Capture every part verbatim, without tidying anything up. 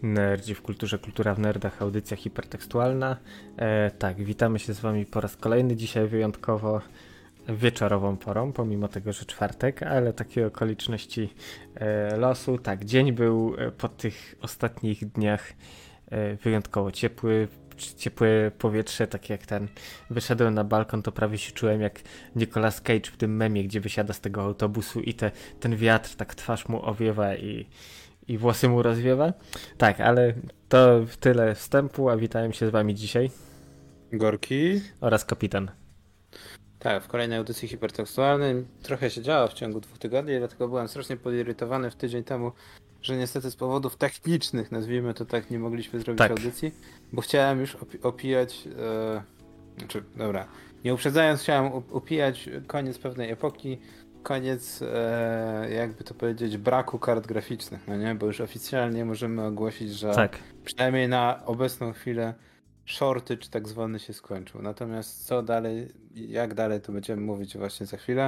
Nerdzi w kulturze, kultura w nerdach, audycja hipertekstualna. E, tak, witamy się z wami po raz kolejny, dzisiaj wyjątkowo wieczorową porą, pomimo tego, że czwartek, ale takie okoliczności e, losu. Tak, dzień był e, po tych ostatnich dniach e, wyjątkowo ciepły, ciepłe powietrze, tak jak ten wyszedłem na balkon, to prawie się czułem jak Nicolas Cage w tym memie, gdzie wysiada z tego autobusu i te, ten wiatr tak twarz mu owiewa i I włosy mu rozwiewa. Tak, ale to tyle wstępu, a witałem się z wami dzisiaj. Gorki. Oraz kapitan. Tak, w kolejnej audycji hipertekstualnej. Trochę się działo w ciągu dwóch tygodni, dlatego byłem strasznie podirytowany w tydzień temu, że niestety z powodów technicznych, nazwijmy to tak, nie mogliśmy zrobić tak. audycji, bo chciałem już opi- opijać, e, znaczy, dobra, nie uprzedzając, chciałem upijać koniec pewnej epoki, koniec, e, jakby to powiedzieć, braku kart graficznych, no nie? Bo już oficjalnie możemy ogłosić, że tak. przynajmniej na obecną chwilę shortage tak zwany się skończył. Natomiast co dalej, jak dalej, to będziemy mówić właśnie za chwilę.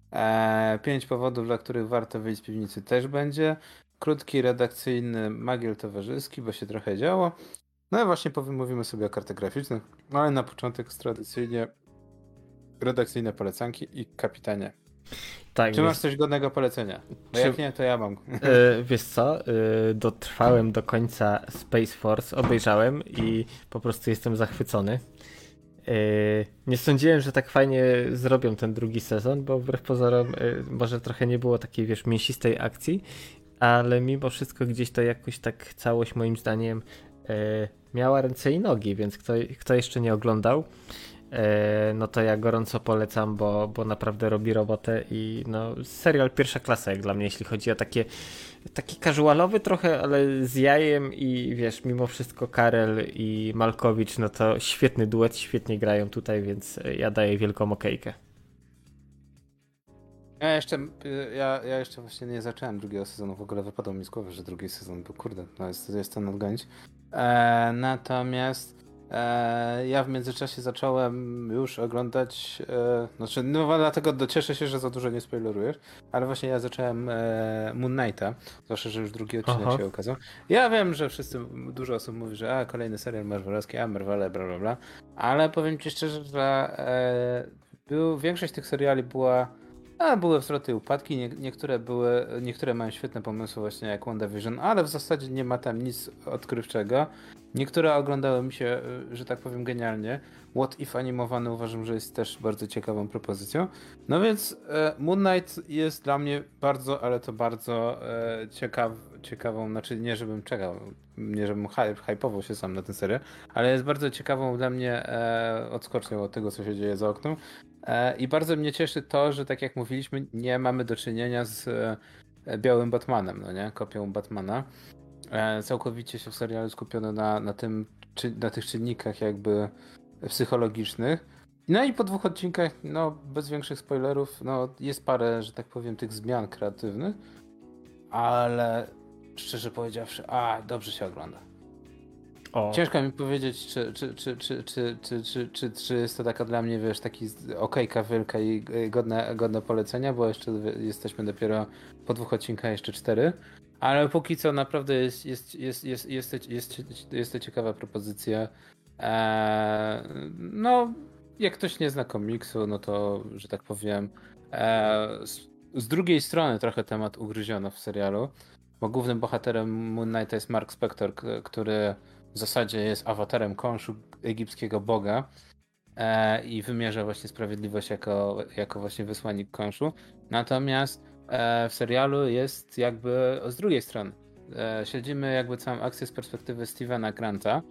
E, pięć powodów, dla których warto wyjść z piwnicy też będzie. Krótki, redakcyjny magiel towarzyski, bo się trochę działo. No i właśnie mówimy sobie o kartach graficznych, ale na początek tradycyjnie redakcyjne polecanki i kapitanie. Tak, Czy masz coś godnego polecenia? Bo Czy... jak nie, to ja mam. Yy, wiesz co, yy, dotrwałem do końca Space Force, obejrzałem i po prostu jestem zachwycony. Yy, nie sądziłem, że tak fajnie zrobią ten drugi sezon, bo wbrew pozorom yy, może trochę nie było takiej, wiesz, mięsistej akcji, ale mimo wszystko gdzieś to jakoś tak całość moim zdaniem yy, miała ręce i nogi, więc kto, kto jeszcze nie oglądał, no to ja gorąco polecam, bo, bo naprawdę robi robotę i no serial pierwsza klasa jak dla mnie, jeśli chodzi o takie taki casualowy trochę, ale z jajem i wiesz, mimo wszystko Karel i Malkowicz, no to świetny duet, świetnie grają tutaj, więc ja daję wielką okejkę. Ja jeszcze, ja, ja jeszcze właśnie nie zacząłem drugiego sezonu, w ogóle wypadło mi z głowy, że drugi sezon, bo kurde, no jest, jest to nadgonić. Eee, natomiast ja w międzyczasie zacząłem już oglądać, e, znaczy, no dlatego cieszę się, że za dużo nie spoilerujesz, ale właśnie ja zacząłem e, Moon Knighta, zwłaszcza, że już drugi odcinek Aha. się ukazał. Ja wiem, że wszyscy, dużo osób mówi, że a, kolejny serial marvelowski, a Marvele, bla bla bla, ale powiem ci szczerze, że e, był, większość tych seriali była, a były wzloty i upadki, nie, niektóre były, niektóre mają świetne pomysły właśnie jak WandaVision, ale w zasadzie nie ma tam nic odkrywczego. Niektóre oglądały mi się, że tak powiem, genialnie. What If animowany uważam, że jest też bardzo ciekawą propozycją. No więc e, Moon Knight jest dla mnie bardzo, ale to bardzo e, ciekaw, ciekawą, znaczy nie żebym czekał, nie żebym hypował się sam na ten serial, ale jest bardzo ciekawą dla mnie e, odskocznią od tego, co się dzieje za oknem. E, I bardzo mnie cieszy to, że tak jak mówiliśmy, nie mamy do czynienia z e, białym Batmanem, no nie? Kopią Batmana. Całkowicie się w serialu skupiono na, na tym, czy, na tych czynnikach jakby psychologicznych. No i po dwóch odcinkach, no bez większych spoilerów, no jest parę, że tak powiem, tych zmian kreatywnych, ale szczerze powiedziawszy, a dobrze się ogląda. O. Ciężko mi powiedzieć, czy, czy, czy, czy, czy, czy, czy, czy, czy jest to taka dla mnie, wiesz, taki okejka wielka i godne, godne polecenia, bo jeszcze jesteśmy dopiero po dwóch odcinkach, jeszcze cztery. Ale póki co naprawdę jest, jest, jest, jest, jest, jest, jest, jest to ciekawa propozycja. Eee, no, jak ktoś nie zna komiksu, no to, że tak powiem, eee, z, z drugiej strony trochę temat ugryziono w serialu, bo głównym bohaterem Moon Knighta jest Mark Spector, który w zasadzie jest awatarem Khonshu, egipskiego boga, eee, i wymierza właśnie sprawiedliwość jako, jako właśnie wysłannik Khonshu. Natomiast w serialu jest jakby z drugiej strony. Śledzimy jakby całą akcję z perspektywy Stevena Granta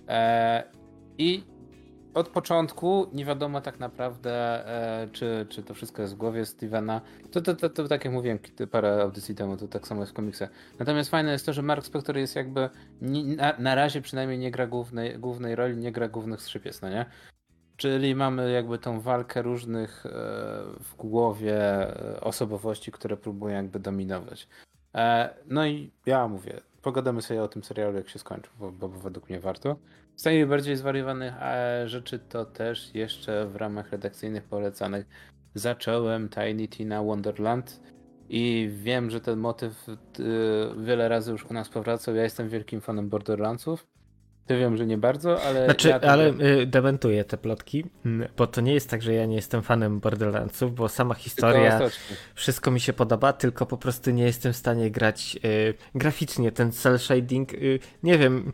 i od początku nie wiadomo tak naprawdę, czy, czy to wszystko jest w głowie Stevena. To, to, to, to tak jak mówiłem parę audycji temu, to tak samo jest w komiksach. Natomiast fajne jest to, że Mark Spector jest jakby na, na razie przynajmniej nie gra głównej, głównej roli, nie gra głównych skrzypiec, no nie? Czyli mamy jakby tą walkę różnych e, w głowie osobowości, które próbują jakby dominować. E, no i ja mówię, pogadamy sobie o tym serialu, jak się skończy, bo, bo według mnie warto. Z najbardziej zwariowanych e, rzeczy to też jeszcze w ramach redakcyjnych polecanych zacząłem Tiny Tina Wonderland. i wiem, że ten motyw y, wiele razy już u nas powracał. Ja jestem wielkim fanem Borderlandsów. Ty wiem, że nie bardzo, ale Znaczy, ja ale y, dementuję te plotki, mm, bo to nie jest tak, że ja nie jestem fanem Borderlandsów, bo sama historia, wszystko mi się podoba, tylko po prostu nie jestem w stanie grać y, graficznie. Ten cel shading, y, nie wiem,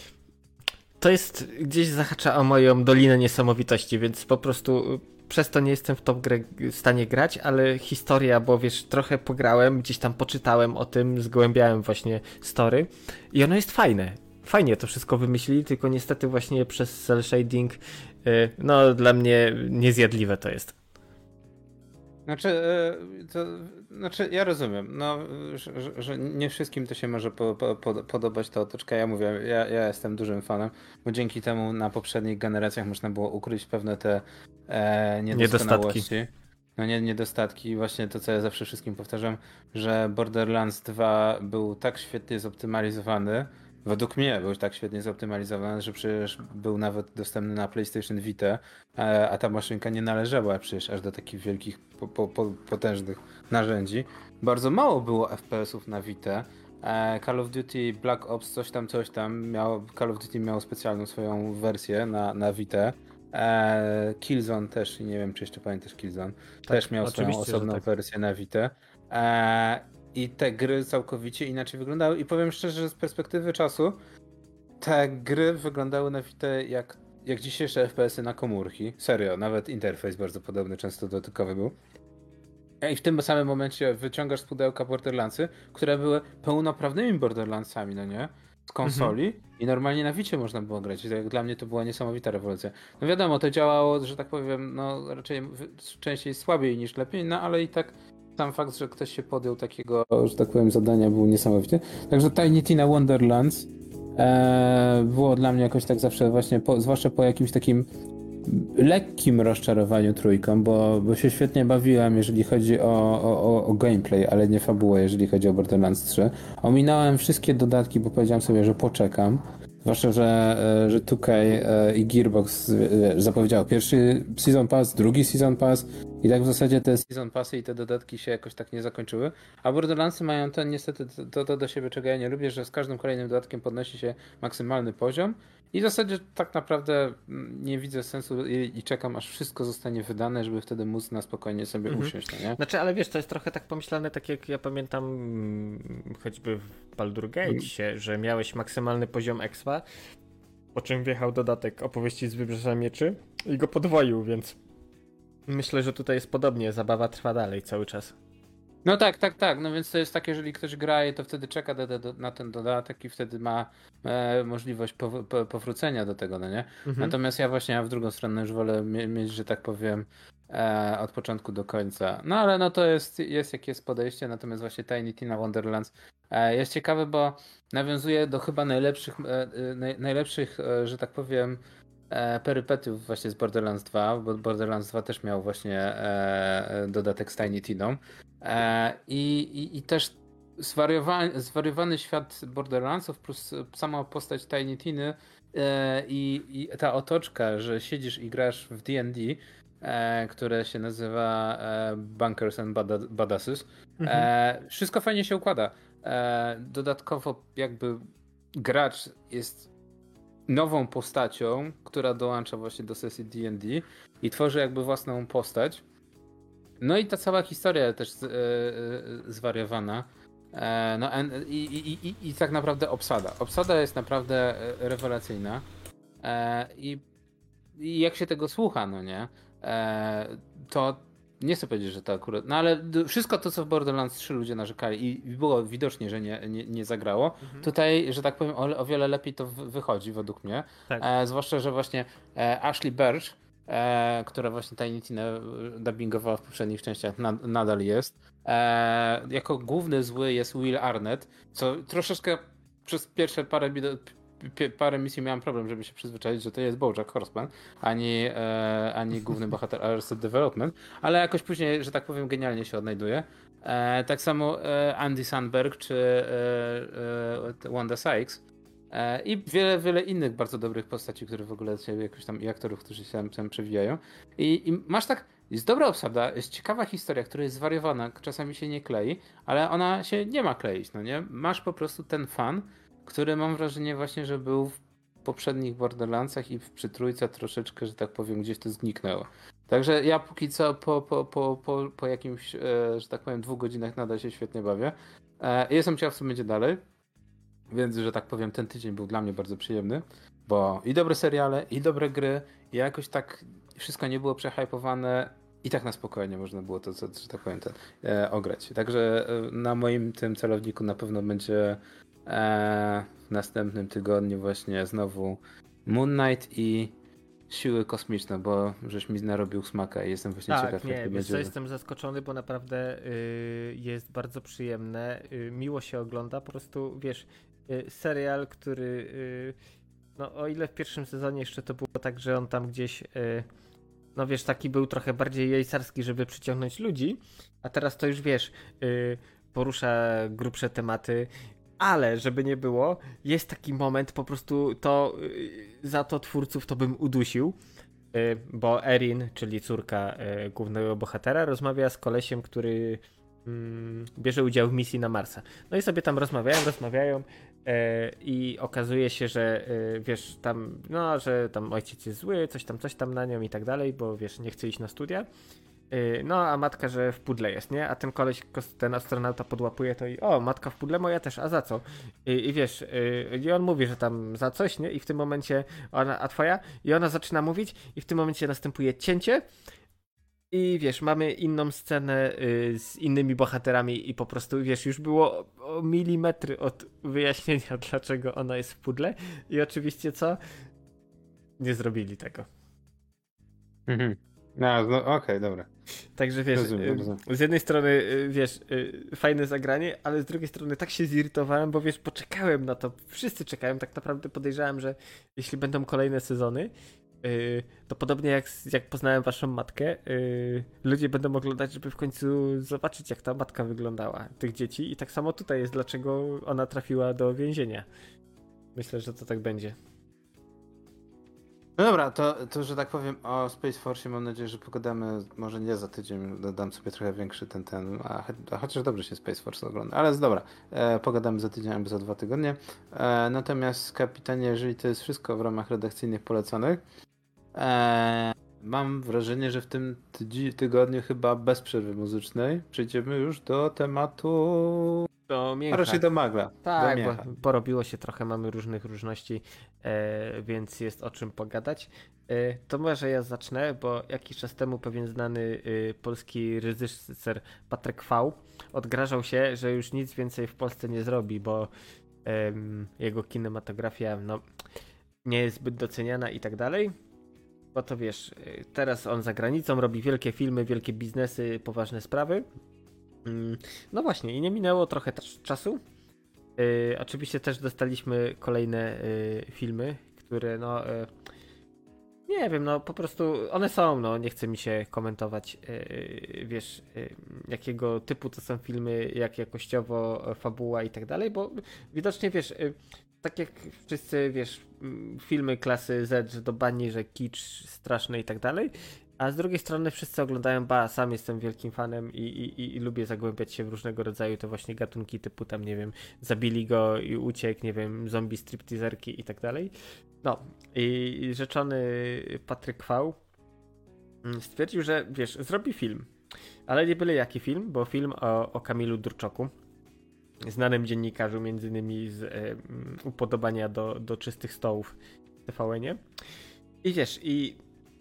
to jest gdzieś zahacza o moją Dolinę Niesamowitości, więc po prostu y, przez to nie jestem w tą grę w stanie grać, ale historia, bo wiesz, trochę pograłem, gdzieś tam poczytałem o tym, zgłębiałem właśnie story i ono jest fajne. Fajnie to wszystko wymyślili, tylko niestety właśnie przez cel shading, yy, no dla mnie niezjadliwe to jest. Znaczy, to, znaczy ja rozumiem, no, że, że- że nie wszystkim to się może po, po, po, podobać ta otoczka. Ja mówię, ja, ja jestem dużym fanem, bo dzięki temu na poprzednich generacjach można było ukryć pewne te e, niedoskonałości. Niedostatki. No nie, niedostatki. Właśnie to, co ja zawsze wszystkim powtarzam, że Borderlands dwa był tak świetnie zoptymalizowany, według mnie był tak świetnie zoptymalizowany, że przecież był nawet dostępny na PlayStation Vita, e, a ta maszynka nie należała przecież aż do takich wielkich, po, po, po, potężnych narzędzi. Bardzo mało było F P S-ów na Vita. E, Call of Duty Black Ops coś tam, coś tam. Miało, Call of Duty miało specjalną swoją wersję na, na Vita. E, Killzone też, nie wiem czy jeszcze pamiętasz Killzone, Tak, też miał swoją oczywiście, że osobną tak. wersję na Vita. E, I te gry całkowicie inaczej wyglądały. I powiem szczerze, że z perspektywy czasu te gry wyglądały na Vita jak, jak dzisiejsze F P S-y na komórki. Serio, nawet interfejs bardzo podobny, często dotykowy był. I w tym samym momencie wyciągasz z pudełka Borderlandsy, które były pełnoprawnymi Borderlandsami, no nie? Z konsoli i normalnie na Vicie można było grać. I tak dla mnie to była niesamowita rewolucja. No wiadomo, to działało, że tak powiem, no raczej w- częściej słabiej niż lepiej, no ale i tak sam fakt, że ktoś się podjął takiego, że tak powiem, zadania był niesamowity. Także Tiny Tina Wonderlands e, było dla mnie jakoś tak zawsze właśnie, po, zwłaszcza po jakimś takim lekkim rozczarowaniu trójką, bo, bo się świetnie bawiłem, jeżeli chodzi o, o, o gameplay, ale nie fabułę, jeżeli chodzi o Borderlands trzy. Ominąłem wszystkie dodatki, bo powiedziałem sobie, że poczekam. Zwłaszcza, że, e, że two K e, i Gearbox e, zapowiedział pierwszy Season Pass, drugi Season Pass i tak w zasadzie te Season Passy i te dodatki się jakoś tak nie zakończyły. A Borderlandsy mają ten niestety to, to do siebie, czego ja nie lubię, że z każdym kolejnym dodatkiem podnosi się maksymalny poziom i w zasadzie tak naprawdę mm, nie widzę sensu i, i czekam, aż wszystko zostanie wydane, żeby wtedy móc na spokojnie sobie Mhm. usiąść, no nie? Znaczy, ale wiesz, to jest trochę tak pomyślane, tak jak ja pamiętam mm, choćby w Baldur Gate, że miałeś maksymalny poziom expa, po czym wjechał dodatek opowieści z Wybrzeża Mieczy i go podwoił, więc myślę, że tutaj jest podobnie, zabawa trwa dalej cały czas. No tak, tak, tak. No więc to jest tak, jeżeli ktoś gra, to wtedy czeka do, do, do, na ten dodatek i wtedy ma e, możliwość pow, po, powrócenia do tego, no nie? Mhm. Natomiast ja właśnie ja w drugą stronę już wolę mie, mieć, że tak powiem, e, od początku do końca. No ale no to jest, jest jak jest podejście, natomiast właśnie Tiny Tina Wonderlands e, jest ciekawy, bo nawiązuje do chyba najlepszych, e, e, naj, najlepszych, e, że tak powiem, e, perypetiów właśnie z Borderlands dwa, bo Borderlands dwa też miał właśnie e, e, dodatek z Tiny Tiną. E, i, i, I też zwariowany, zwariowany świat Borderlandsów plus sama postać Tiny Tiny e, i, i ta otoczka, że siedzisz i grasz w D and D, e, które się nazywa e, Bunkers and Bada- Badasses. Mhm. E, wszystko fajnie się układa. E, dodatkowo jakby gracz jest nową postacią, która dołącza właśnie do sesji D and D i tworzy jakby własną postać. No i ta cała historia też z, e, e, zwariowana. E, no en- i, i, i, i tak naprawdę obsada. Obsada jest naprawdę e, rewelacyjna. E, i, I jak się tego słucha, no nie, e, to nie chcę powiedzieć, że to akurat. No ale d- wszystko to, co w Borderlands trzy ludzie narzekali i i było widocznie, że nie, nie, nie zagrało, Mhm. tutaj, że tak powiem, o, o wiele lepiej to wy- wychodzi według mnie. Tak. E, zwłaszcza, że właśnie e, Ashley Birch, e, która właśnie Tiny Tinę dubbingowała w poprzednich częściach, nad, nadal jest. E, jako główny zły jest Will Arnett, co troszeczkę przez pierwsze parę, bid- p- parę misji miałem problem, żeby się przyzwyczaić, że to jest BoJack Horseman, ani, e, ani główny bohater Arrested Development, ale jakoś później, że tak powiem, genialnie się odnajduje. E, tak samo e, Andy Samberg czy e, e, Wanda Sykes. E, I wiele, wiele innych bardzo dobrych postaci, które w ogóle się jakoś tam, i aktorów, którzy się tam, tam przewijają. I, I masz tak Jest dobra obsada, jest ciekawa historia, która jest zwariowana, czasami się nie klei, ale ona się nie ma kleić, no nie? Masz po prostu ten fan, który mam wrażenie właśnie, że był w poprzednich Borderlandsach i przy trójce troszeczkę, że tak powiem, gdzieś to zniknęło. Także ja póki co po, po, po, po, po jakimś, e, że tak powiem, dwóch godzinach nadal się świetnie bawię. E, jestem ciekaw, co będzie dalej, więc, że tak powiem, ten tydzień był dla mnie bardzo przyjemny, bo i dobre seriale, i dobre gry, i jakoś tak wszystko nie było przehypowane i tak na spokojnie można było to, co, że tak powiem, ten, e, ograć. Także e, na moim tym celowniku na pewno będzie e, w następnym tygodniu właśnie znowu Moon Knight i Siły Kosmiczne, bo żeś mi narobił smaka i jestem właśnie Tak, ciekaw, nie, jak to wiesz będzie. co, jestem zaskoczony, bo naprawdę y, jest bardzo przyjemne, y, miło się ogląda, po prostu wiesz, y, serial, który y, no o ile w pierwszym sezonie jeszcze to było tak, że on tam gdzieś y, no wiesz, taki był trochę bardziej jejcarski, żeby przyciągnąć ludzi, a teraz to już wiesz, y, porusza grubsze tematy, ale żeby nie było, jest taki moment, po prostu to y, za to twórców to bym udusił, y, bo Erin, czyli córka y, głównego bohatera, rozmawia z kolesiem, który mm, bierze udział w misji na Marsa. No i sobie tam rozmawiają, rozmawiają e, i okazuje się, że e, wiesz, tam, no, że tam ojciec jest zły, coś tam, coś tam na nią i tak dalej, bo wiesz, nie chce iść na studia. E, no, a matka, że w pudle jest, nie? A ten koleś, ten astronauta podłapuje to i o, matka w pudle, moja też, a za co? I, i wiesz, e, i on mówi, że tam za coś, nie? I w tym momencie ona, a twoja? I ona zaczyna mówić i w tym momencie następuje cięcie. I wiesz, mamy inną scenę y, z innymi bohaterami i po prostu, wiesz, już było o, o milimetry od wyjaśnienia, dlaczego ona jest w pudle. I oczywiście co? Nie zrobili tego. Mhm. No, no okej, okay, dobra. Także wiesz, rozumiem, y, rozumiem. z jednej strony, y, wiesz, y, fajne zagranie, ale z drugiej strony tak się zirytowałem, bo wiesz, poczekałem na to. Wszyscy czekają, tak naprawdę podejrzewałem, że jeśli będą kolejne sezony, Yy, to podobnie jak, jak poznałem waszą matkę, yy, ludzie będą oglądać, żeby w końcu zobaczyć, jak ta matka wyglądała tych dzieci i tak samo tutaj jest, dlaczego ona trafiła do więzienia. Myślę, że to tak będzie. No dobra, to, to że tak powiem o Space Force mam nadzieję, że pogadamy może nie za tydzień, dodam sobie trochę większy ten, ten a, a chociaż dobrze się Space Force ogląda, ale dobra, e, pogadamy za tydzień albo za dwa tygodnie. E, natomiast kapitanie, jeżeli to jest wszystko w ramach redakcyjnych poleconych, e, mam wrażenie, że w tym tydzi- tygodniu chyba bez przerwy muzycznej przejdziemy już do tematu, Do a mięcha. raczej do magla. Tak, do bo mięcha. porobiło się trochę, mamy różnych różności, e, więc jest o czym pogadać. E, to może ja zacznę, bo jakiś czas temu pewien znany e, polski reżyser Patryk V odgrażał się, że już nic więcej w Polsce nie zrobi, bo em, jego kinematografia no, nie jest zbyt doceniana i tak dalej. Bo to wiesz, e, teraz on za granicą robi wielkie filmy, wielkie biznesy, poważne sprawy. Mm, no właśnie, i nie minęło trochę też czasu. Yy, oczywiście też dostaliśmy kolejne yy, filmy, które no yy, nie wiem, no po prostu one są, no nie chce mi się komentować, yy, wiesz, yy, jakiego typu to są filmy, jak jakościowo, fabuła i tak dalej, bo widocznie wiesz, yy, tak jak wszyscy, wiesz, yy, filmy klasy Z, że do bani, że kicz straszny i tak dalej. A z drugiej strony wszyscy oglądają, ba, sam jestem wielkim fanem i, i, i, i lubię zagłębiać się w różnego rodzaju to właśnie gatunki typu tam, nie wiem, zabili go i uciekł, nie wiem, zombie stripteaserki i tak dalej. No i, i rzeczony Patryk V stwierdził, że wiesz, zrobi film, ale nie byle jaki film, bo film o, o Kamilu Durczoku, znanym dziennikarzu między innymi z e, upodobania do, do czystych stołów w T V N-ie. I wiesz, i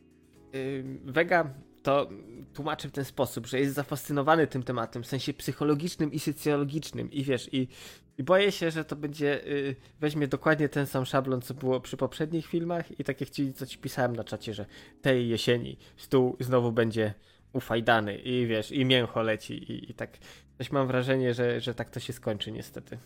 Vega to tłumaczy w ten sposób, że jest zafascynowany tym tematem w sensie psychologicznym i socjologicznym i wiesz, i, i boję się, że to będzie, y, weźmie dokładnie ten sam szablon, co było przy poprzednich filmach i tak jak ci, co ci pisałem na czacie, że tej jesieni stół znowu będzie ufajdany i wiesz, i mięcho leci i, i tak coś mam wrażenie, że, że tak to się skończy niestety.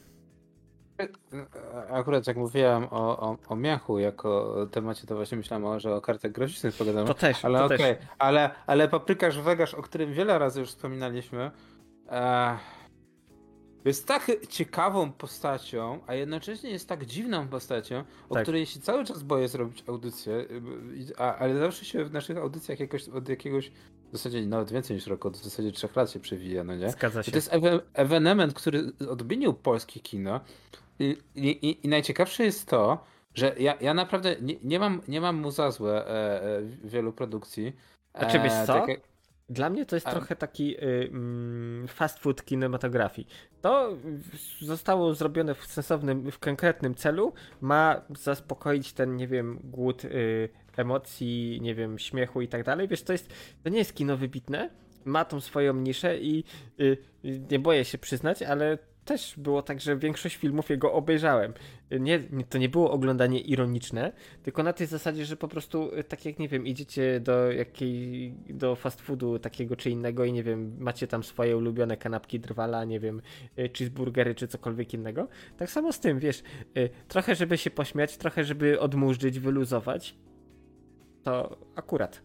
Akurat jak mówiłem o, o, o mięchu jako temacie, to właśnie myślałem, o, że o kartach graficznych pogadamy. To też, ale to okej, też. ale, ale paprykarz Vegasz, o którym wiele razy już wspominaliśmy, e, jest tak ciekawą postacią, a jednocześnie jest tak dziwną postacią, o Tak. której się cały czas boję zrobić audycję, a, ale zawsze się w naszych audycjach jakoś od jakiegoś, w zasadzie nawet więcej niż roku, od w zasadzie trzech lat się przewija, no nie? Zgadza I się. to jest ewe- ewenement, który odmienił polskie kino i, i, i najciekawsze jest to, że ja, ja naprawdę nie, nie, mam, nie mam mu za złe e, e, wielu produkcji. Znaczy wiesz E, tak co? jak, Dla mnie to jest a, trochę taki y, mm, fast food kinematografii. To w- zostało zrobione w sensownym, w konkretnym celu. Ma zaspokoić ten, nie wiem, głód y, emocji, nie wiem, śmiechu i tak dalej. Wiesz, to jest, to nie jest kino wybitne. Ma tą swoją niszę i y, y, nie boję się przyznać, ale też było tak, że większość filmów jego obejrzałem. Nie, nie- to nie było oglądanie ironiczne, tylko na tej zasadzie, że po prostu, y, tak jak nie wiem, idziecie do jakiej, do fast foodu takiego czy innego i nie wiem, macie tam swoje ulubione kanapki drwala, nie wiem, y, cheeseburgery czy cokolwiek innego. Tak samo z tym, wiesz, y, trochę żeby się pośmiać, trochę żeby odmurzyć, wyluzować. To akurat.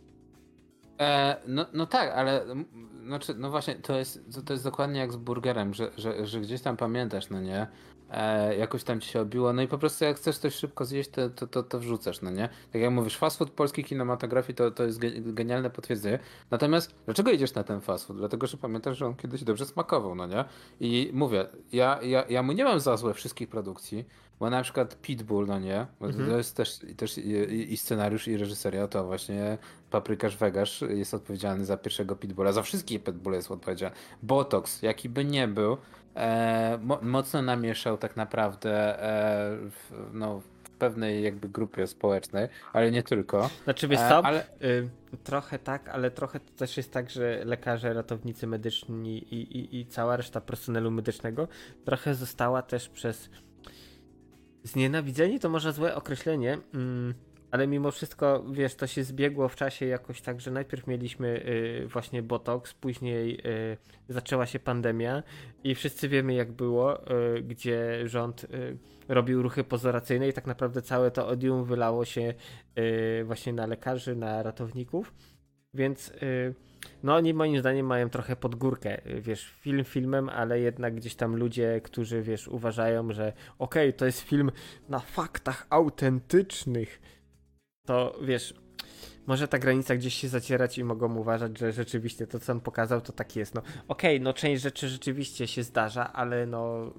E, no, no tak, ale m, znaczy, no właśnie, to jest, to, to jest dokładnie jak z burgerem, że, że, że gdzieś tam pamiętasz, no nie? E, jakoś tam ci się obiło, no i po prostu jak chcesz coś szybko zjeść, to, to, to, to wrzucasz, no nie? Tak jak mówisz, fast food polskiej kinematografii to, to jest ge- genialne potwierdzenie. Natomiast dlaczego idziesz na ten fast food? Dlatego, że pamiętasz, że on kiedyś dobrze smakował, no nie? I mówię, ja, ja, ja mu nie mam za złe wszystkich produkcji, bo na przykład Pitbull, no nie? Bo Mhm. to jest też, też i, i scenariusz, i reżyseria, to właśnie Paprykarz Vegasz jest odpowiedzialny za pierwszego Pitbulla, za wszystkie Pitbulle jest odpowiedzialny. Botox, jaki by nie był, e, mo mocno namieszał tak naprawdę e, w, no, w pewnej jakby grupie społecznej, ale nie tylko. Znaczy wiesz E, co, ale y, trochę tak, ale trochę to też jest tak, że lekarze, ratownicy medyczni i, i, i cała reszta personelu medycznego trochę została też przez znienawidzenie, to może złe określenie, mm, ale mimo wszystko, wiesz, to się zbiegło w czasie jakoś tak, że najpierw mieliśmy y, właśnie Botox, później y, zaczęła się pandemia i wszyscy wiemy jak było, y, gdzie rząd y, robił ruchy pozoracyjne i tak naprawdę całe to odium wylało się y, właśnie na lekarzy, na ratowników, więc y, no oni moim zdaniem mają trochę pod górkę, y, wiesz, film filmem, ale jednak gdzieś tam ludzie, którzy, wiesz, uważają, że okej, okay, to jest film na faktach autentycznych, to wiesz, może ta granica gdzieś się zacierać i mogą uważać, że rzeczywiście to, co on pokazał, to tak jest. No okej, okay, no część rzeczy rzeczywiście się zdarza, ale no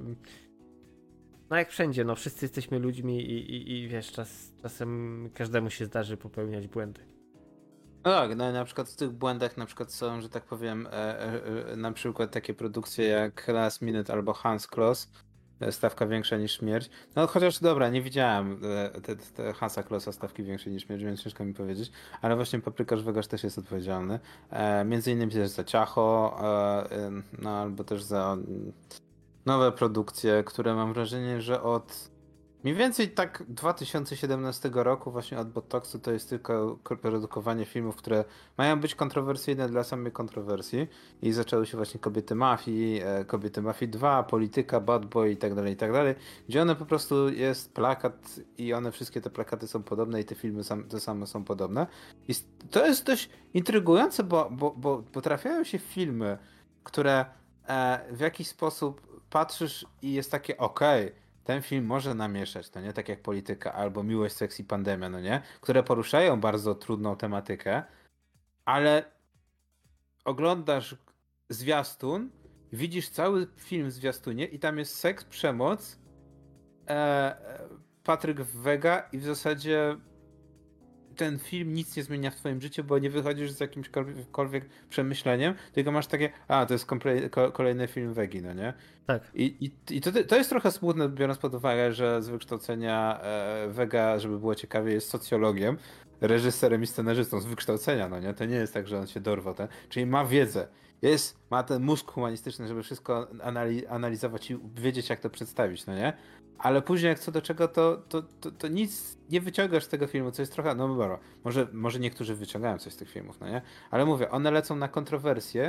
no jak wszędzie, no wszyscy jesteśmy ludźmi i, i, i wiesz, czas, czasem każdemu się zdarzy popełniać błędy. no tak, no, na przykład w tych błędach na przykład są, że tak powiem, e, e, e, na przykład takie produkcje jak Last Minute albo Hans Kloss, e, stawka większa niż śmierć. No chociaż dobra, nie widziałem e, te, te Hansa Klossa stawki większej niż śmierć, więc ciężko mi powiedzieć, ale właśnie Paprykarz Vegasz też jest odpowiedzialny. E, między innymi też za Ciacho, e, e, no albo też za mm, nowe produkcje, które mam wrażenie, że od mniej więcej tak dwa tysiące siedemnastego roku właśnie od Botoxu to jest tylko ko- produkowanie filmów, które mają być kontrowersyjne dla samej kontrowersji i zaczęły się właśnie Kobiety Mafii, e, Kobiety Mafii dwa, Polityka, Bad Boy i tak dalej, i tak dalej, gdzie one po prostu jest plakat i one wszystkie te plakaty są podobne i te filmy sam, te same są podobne. I s- to jest dość intrygujące, bo, bo, bo, bo trafiają się filmy, które e, w jakiś sposób patrzysz i jest takie okej, ten film może namieszać, no nie? Tak jak Polityka albo Miłość, Seks i Pandemia, no nie? Które poruszają bardzo trudną tematykę, ale oglądasz zwiastun, widzisz cały film w zwiastunie i tam jest seks, przemoc, e, e, Patryk Wega i w zasadzie ten film nic nie zmienia w twoim życiu, bo nie wychodzisz z jakimśkolwiek przemyśleniem, tylko masz takie, a to jest komple- ko- kolejny film Wegi, no nie? Tak. I, i, i to, to jest trochę smutne, biorąc pod uwagę, że z wykształcenia e, Vega, żeby było ciekawie, jest socjologiem, reżyserem i scenarzystą z wykształcenia, no nie? To nie jest tak, że on się dorwał, ten, czyli ma wiedzę, jest, ma ten mózg humanistyczny, żeby wszystko anali- analizować i wiedzieć, jak to przedstawić, no nie? Ale później jak co do czego, to, to, to, to nic nie wyciągasz z tego filmu, co jest trochę, no dobra, może, może niektórzy wyciągają coś z tych filmów, no nie? Ale mówię, one lecą na kontrowersje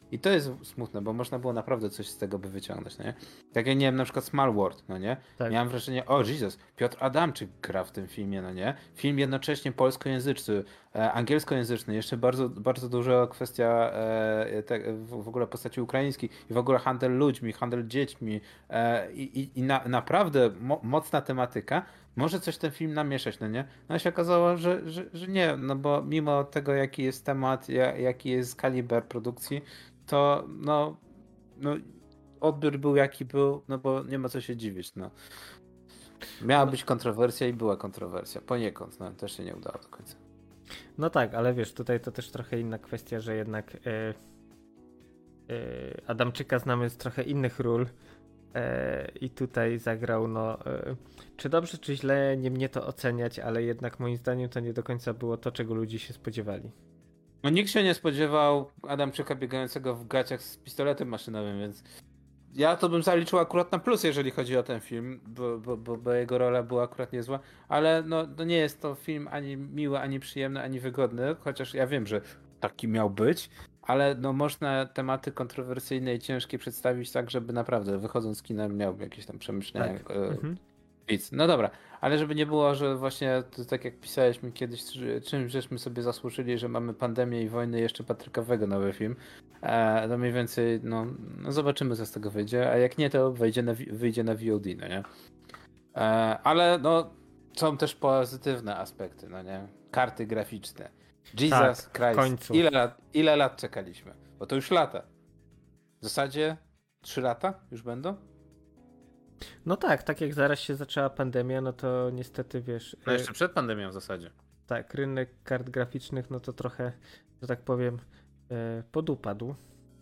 I to jest smutne, bo można było naprawdę coś z tego by wyciągnąć, no nie? Tak jak, nie wiem, na przykład Small World, no nie? Tak. Miałem wrażenie, o Jesus, Piotr Adamczyk gra w tym filmie, no nie? Film jednocześnie polskojęzyczny, e, angielskojęzyczny, jeszcze bardzo, bardzo duża kwestia e, te, w, w ogóle postaci ukraińskiej i w ogóle handel ludźmi, handel dziećmi e, i, i, i na, naprawdę mo, mocna tematyka. Może coś ten film namieszać, no nie? No się okazało, że, że, że nie, no bo mimo tego, jaki jest temat, jaki jest kaliber produkcji, to no, no odbiór był jaki był, no bo nie ma co się dziwić, no. Miała być kontrowersja i była kontrowersja, poniekąd, no też się nie udało do końca. No tak, ale wiesz, tutaj to też trochę inna kwestia, że jednak yy, yy, Adamczyka znamy z trochę innych ról. I tutaj zagrał, no, czy dobrze, czy źle, nie mnie to oceniać, ale jednak moim zdaniem to nie do końca było to, czego ludzie się spodziewali. No nikt się nie spodziewał Adamczyka biegającego w gaciach z pistoletem maszynowym, więc ja to bym zaliczył akurat na plus, jeżeli chodzi o ten film, bo, bo, bo, bo jego rola była akurat niezła, ale no, no nie jest to film ani miły, ani przyjemny, ani wygodny, chociaż ja wiem, że taki miał być. Ale no można tematy kontrowersyjne i ciężkie przedstawić tak, żeby naprawdę wychodząc z kina miał jakieś tam przemyślenia. Tak. E, mhm. Widz. No dobra, ale żeby nie było, że właśnie to, tak jak pisaliśmy kiedyś, czym żeśmy sobie zasłużyli, że mamy pandemię i wojnę jeszcze Patryka Wege nowy film, e, no mniej więcej, no, no zobaczymy co z tego wyjdzie, a jak nie, to wyjdzie na, wyjdzie na V O D, no nie? E, ale no są też pozytywne aspekty, no nie? Karty graficzne. Jesus tak, Christ, w końcu. Ile, lat, ile lat czekaliśmy? Bo to już lata. W zasadzie trzy lata już będą? No tak, tak jak zaraz się zaczęła pandemia, no to niestety wiesz... No jeszcze przed pandemią w zasadzie. Tak, rynek kart graficznych, no to trochę, że tak powiem, podupadł.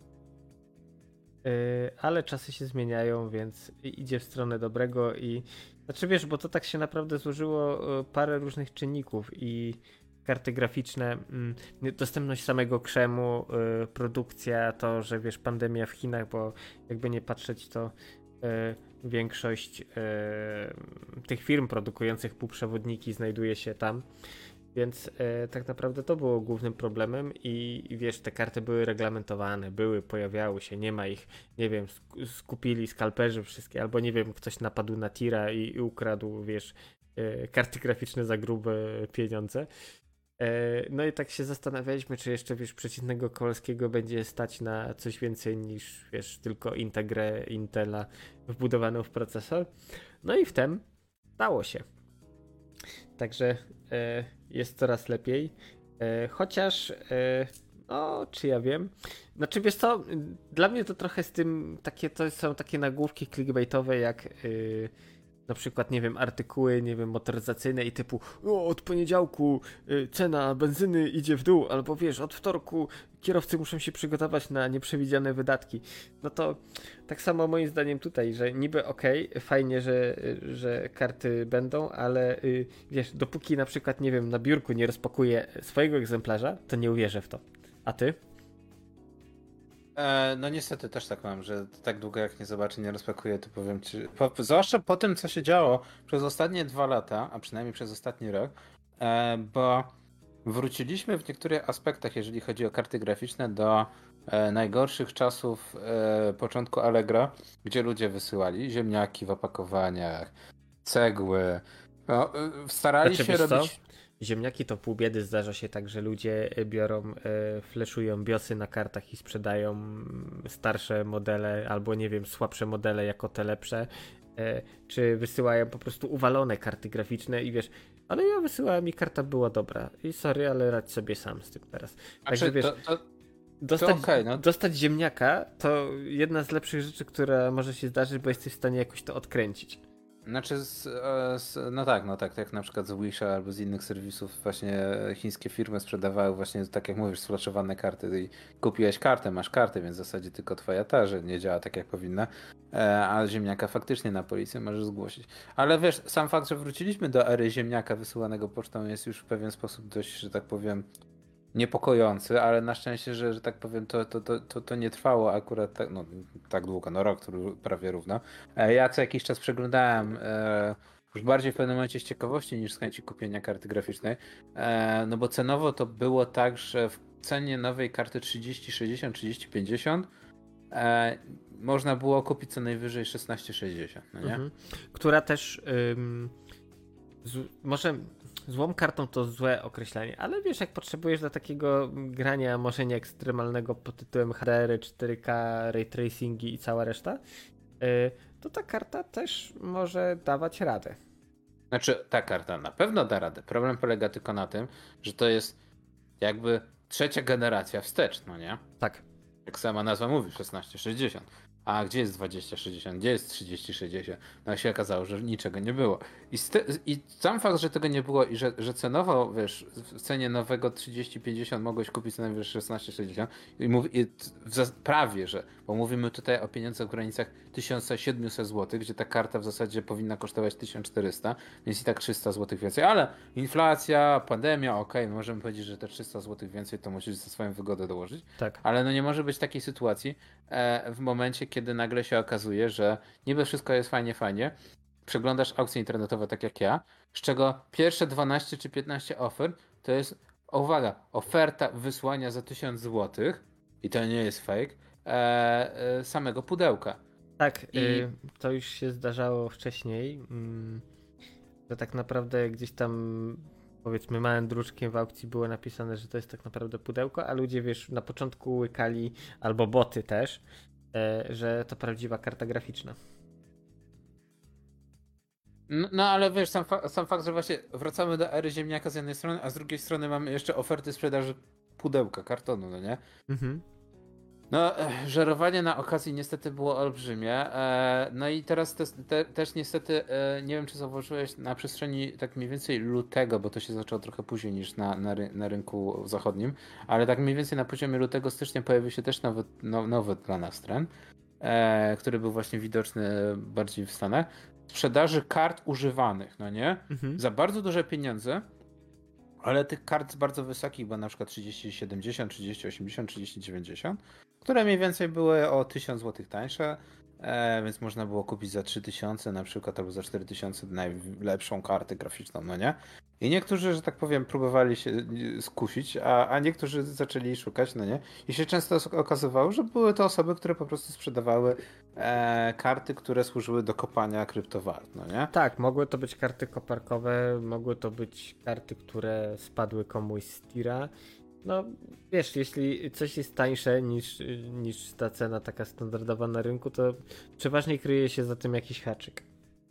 Ale czasy się zmieniają, więc idzie w stronę dobrego i... Znaczy wiesz, bo to tak się naprawdę złożyło parę różnych czynników i karty graficzne, dostępność samego krzemu, produkcja, to, że wiesz, pandemia w Chinach, bo jakby nie patrzeć, to większość tych firm produkujących półprzewodniki znajduje się tam, więc tak naprawdę to było głównym problemem i, i wiesz, te karty były reglamentowane, były, pojawiały się, nie ma ich, nie wiem, skupili skalperzy wszystkie, albo nie wiem, ktoś napadł na tira i, i ukradł, wiesz, karty graficzne za grube pieniądze. No i tak się zastanawialiśmy, czy jeszcze, wiesz, przeciętnego Kowalskiego będzie stać na coś więcej niż, wiesz, tylko integrę Intela wbudowaną w procesor. No i wtem stało się. Także e, jest coraz lepiej. E, chociaż, e, no, czy ja wiem. Znaczy, wiesz co, dla mnie to trochę z tym, takie, to są takie nagłówki clickbaitowe, jak... E, na przykład, nie wiem, artykuły, nie wiem, motoryzacyjne i typu o, od poniedziałku y, cena benzyny idzie w dół, albo wiesz, od wtorku kierowcy muszą się przygotować na nieprzewidziane wydatki. No to tak samo moim zdaniem tutaj, że niby okej, okay, fajnie, że, że karty będą, ale y, wiesz, dopóki na przykład, nie wiem, na biurku nie rozpakuję swojego egzemplarza, to nie uwierzę w to. A ty? No niestety też tak mam, że tak długo jak nie zobaczę, nie rozpakuję, to powiem ci, po, zwłaszcza po tym, co się działo przez ostatnie dwa lata, a przynajmniej przez ostatni rok, e, bo wróciliśmy w niektórych aspektach, jeżeli chodzi o karty graficzne, do e, najgorszych czasów e, początku Allegro, gdzie ludzie wysyłali ziemniaki w opakowaniach, cegły, no, e, starali znaczy, się robić... Co? Ziemniaki to pół biedy, zdarza się tak, że ludzie biorą, e, fleszują biosy na kartach i sprzedają starsze modele, albo nie wiem, słabsze modele jako te lepsze, e, czy wysyłają po prostu uwalone karty graficzne i wiesz, ale ja wysyłałem i karta była dobra i sorry, ale radź sobie sam z tym teraz. Także znaczy, wiesz, to, to, dostać, to okay, no. dostać ziemniaka to jedna z lepszych rzeczy, która może się zdarzyć, bo jesteś w stanie jakoś to odkręcić. Znaczy, z, z, no tak, no tak, jak na przykład z Wisha albo z innych serwisów właśnie chińskie firmy sprzedawały właśnie, tak jak mówisz, sflaszowane karty i kupiłeś kartę, masz kartę, więc w zasadzie tylko twoja ta, że nie działa tak jak powinna, a ziemniaka faktycznie na policję możesz zgłosić. Ale wiesz, sam fakt, że wróciliśmy do ery ziemniaka wysyłanego pocztą jest już w pewien sposób dość, że tak powiem, niepokojący, ale na szczęście, że, że tak powiem, to, to, to, to, to nie trwało akurat tak, no, tak długo, no rok prawie równo. Ja co jakiś czas przeglądałem e, już bardziej w pewnym momencie z ciekawości niż z chęci kupienia karty graficznej, e, no bo cenowo to było tak, że w cenie nowej karty trzydzieści sześćdziesiąt, trzydzieści pięćdziesiąt e, można było kupić co najwyżej szesnaście sześćdziesiąt, no nie? Mhm. Która też ym, z, może złą kartą to złe określenie, ale wiesz, jak potrzebujesz do takiego grania może nie ekstremalnego pod tytułem H D R, cztery K, ray tracingi i cała reszta, yy, to ta karta też może dawać radę. Znaczy, ta karta na pewno da radę. Problem polega tylko na tym, że to jest jakby trzecia generacja wstecz, no nie? Tak. Jak sama nazwa mówi, szesnaście sześćdziesiąt. A gdzie jest dwadzieścia sześćdziesiąt? Gdzie jest trzydzieści sześćdziesiąt? No się okazało, że niczego nie było. I, ste- I sam fakt, że tego nie było i że, że cenowo, wiesz, w cenie nowego trzydzieści pięćdziesiąt mogłeś kupić co najwyżej szesnaście sześćdziesiąt i, mów- i w zas- prawie, że, bo mówimy tutaj o pieniądzach w granicach tysiąc siedemset złotych, gdzie ta karta w zasadzie powinna kosztować tysiąc czterysta, więc i tak trzysta złotych więcej, ale inflacja, pandemia, okej, okay, możemy powiedzieć, że te trzysta złotych więcej to musisz za swoją wygodę dołożyć, tak. Ale no nie może być takiej sytuacji e, w momencie, kiedy kiedy nagle się okazuje, że niby wszystko jest fajnie, fajnie, przeglądasz aukcje internetowe tak jak ja, z czego pierwsze dwanaście czy piętnaście ofert to jest, uwaga, oferta wysłania za tysiąc złotych i to nie jest fake, e, e, samego pudełka. Tak, I... y, to już się zdarzało wcześniej, mm, że tak naprawdę gdzieś tam powiedzmy małym druczkiem w aukcji było napisane, że to jest tak naprawdę pudełko, a ludzie wiesz, na początku łykali, albo boty też, że to prawdziwa karta graficzna. No, no ale wiesz, sam, fa- sam fakt, że właśnie wracamy do ery ziemniaka z jednej strony, a z drugiej strony mamy jeszcze oferty sprzedaży pudełka, kartonu, no nie? Mhm. No, żerowanie na okazji niestety było olbrzymie. No i teraz te, te, też niestety, nie wiem czy zauważyłeś, na przestrzeni tak mniej więcej lutego, bo to się zaczęło trochę później niż na, na, ry, na rynku zachodnim, ale tak mniej więcej na poziomie lutego, stycznia pojawił się też nowy, no, nowy dla nas trend, który był właśnie widoczny bardziej w Stanach, sprzedaży kart używanych, no nie? Mhm. Za bardzo duże pieniądze. Ale tych kart bardzo wysokich, bo na przykład trzydzieści siedemdziesiąt, trzydzieści osiemdziesiąt, trzydzieści dziewięćdziesiąt, które mniej więcej były o tysiąc złotych tańsze, e, więc można było kupić za trzy tysiące na przykład, albo za cztery tysiące najlepszą kartę graficzną, no nie? I niektórzy, że tak powiem, próbowali się skusić, a, a niektórzy zaczęli szukać, no nie? I się często okazywało, że były to osoby, które po prostu sprzedawały e, karty, które służyły do kopania kryptowalut, no nie? Tak, mogły to być karty koparkowe, mogły to być karty, które spadły komuś z tira. No wiesz, jeśli coś jest tańsze niż, niż ta cena taka standardowa na rynku, to przeważnie kryje się za tym jakiś haczyk.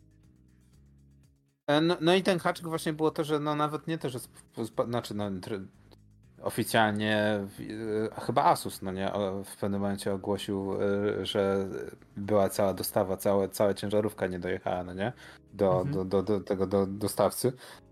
No, no i ten haczyk właśnie było to, że no nawet nie to, że sp- sp- znaczy no, oficjalnie a chyba Asus, no nie, w pewnym momencie ogłosił, że była cała dostawa, cała, cała ciężarówka nie dojechała, no nie, do, mhm. do, do, do tego do dostawcy.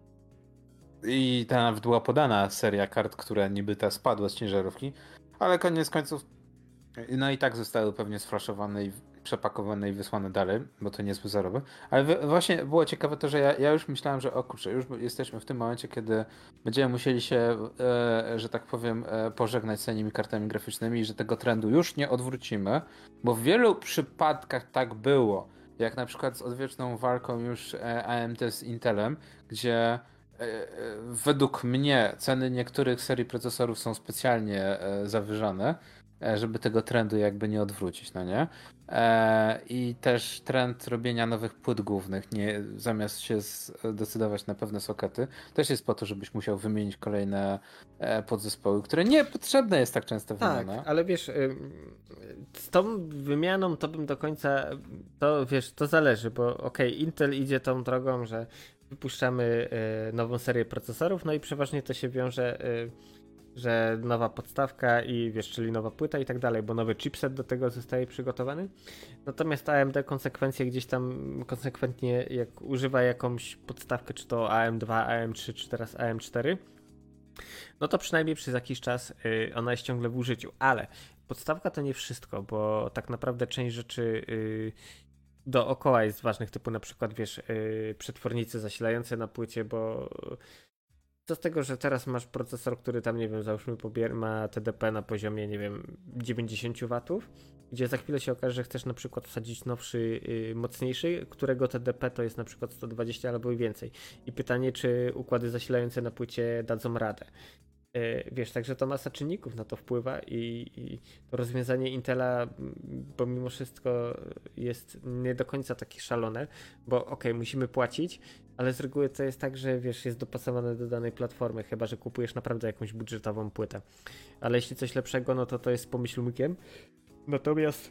I ta nawet była podana seria kart, która niby ta spadła z ciężarówki, ale koniec końców no i tak zostały pewnie sflaszowane i przepakowane i wysłane dalej, bo to niezły zarobek. Ale właśnie było ciekawe to, że ja, ja już myślałem, że o kurczę, już jesteśmy w tym momencie, kiedy będziemy musieli się, e, że tak powiem, e, pożegnać z tymi kartami graficznymi i że tego trendu już nie odwrócimy, bo w wielu przypadkach tak było, jak na przykład z odwieczną walką już A M D z Intelem, gdzie według mnie ceny niektórych serii procesorów są specjalnie zawyżane, żeby tego trendu jakby nie odwrócić, no nie? I też trend robienia nowych płyt głównych, nie, zamiast się zdecydować na pewne sokety, też jest po to, żebyś musiał wymienić kolejne podzespoły, które niepotrzebne jest tak często wymiana. Tak, ale wiesz, z tą wymianą to bym do końca, to wiesz, to zależy, bo okej, okay, Intel idzie tą drogą, że wypuszczamy nową serię procesorów, no i przeważnie to się wiąże, że nowa podstawka i wiesz, czyli nowa płyta i tak dalej, bo nowy chipset do tego zostaje przygotowany. Natomiast A M D konsekwencje gdzieś tam konsekwentnie jak używa jakąś podstawkę, czy to A M dwa, A M trzy, czy teraz A M cztery, no to przynajmniej przez jakiś czas ona jest ciągle w użyciu, ale podstawka to nie wszystko, bo tak naprawdę część rzeczy dookoła jest ważnych, typu na przykład, wiesz, yy, przetwornicy zasilające na płycie, bo co z tego, że teraz masz procesor, który tam, nie wiem, załóżmy pobier- ma T D P na poziomie, nie wiem, dziewięćdziesiąt watów, gdzie za chwilę się okaże, że chcesz na przykład wsadzić nowszy, yy, mocniejszy, którego T D P to jest na przykład sto dwadzieścia albo i więcej. I pytanie, czy układy zasilające na płycie dadzą radę. Wiesz, także to masa czynników na to wpływa i, i to rozwiązanie Intela, bo mimo wszystko jest nie do końca takie szalone, bo okej, okay, musimy płacić, ale z reguły to jest tak, że wiesz, jest dopasowane do danej platformy, chyba że kupujesz naprawdę jakąś budżetową płytę. Ale jeśli coś lepszego, no to to jest pomyślunkiem. Natomiast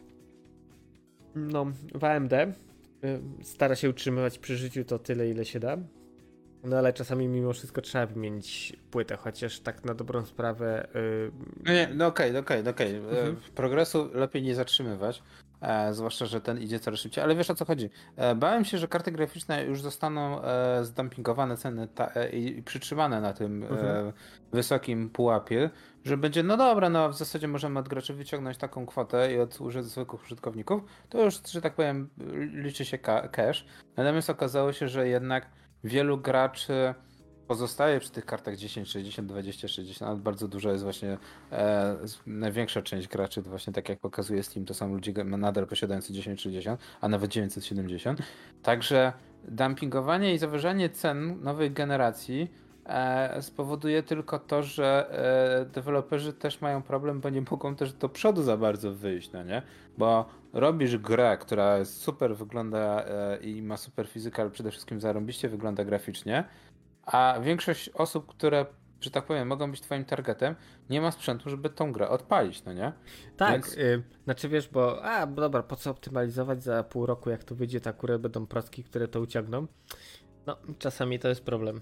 no, w A M D stara się utrzymywać przy życiu to tyle, ile się da. No ale czasami mimo wszystko trzeba wymienić płytę, chociaż tak na dobrą sprawę... Yy... No nie, no okej, okay, okej, okay, okej. Okay. Mhm. Progresu lepiej nie zatrzymywać, e, zwłaszcza, że ten idzie coraz szybciej, ale wiesz o co chodzi. E, bałem się, że karty graficzne już zostaną e, zdumpingowane ceny ta, e, i przytrzymane na tym mhm. e, wysokim pułapie, że będzie, no dobra, no w zasadzie możemy od graczy wyciągnąć taką kwotę i od zwykłych użytkowników, to już, że tak powiem, liczy się cash. Natomiast okazało się, że jednak wielu graczy pozostaje przy tych kartach dziesięć, sześćdziesiąt, dwadzieścia, sześćdziesiąt, ale bardzo dużo jest właśnie, e, największa część graczy, to właśnie tak jak pokazuje Steam, to są ludzie nadal posiadający dziesięć sześćdziesiąt, a nawet dziewięćset siedemdziesiąt. Także dumpingowanie i zawyżanie cen nowej generacji e, spowoduje tylko to, że e, deweloperzy też mają problem, bo nie mogą też do przodu za bardzo wyjść, no nie? Bo robisz grę, która super wygląda e, i ma super fizykę, ale przede wszystkim zarąbiście wygląda graficznie, a większość osób, które, że tak powiem, mogą być twoim targetem, nie ma sprzętu, żeby tą grę odpalić, no nie? Tak, Więc... y, znaczy wiesz, bo a, bo dobra, po co optymalizować za pół roku, jak to wyjdzie, tak akurat będą prostki, które to uciągną. No, czasami to jest problem.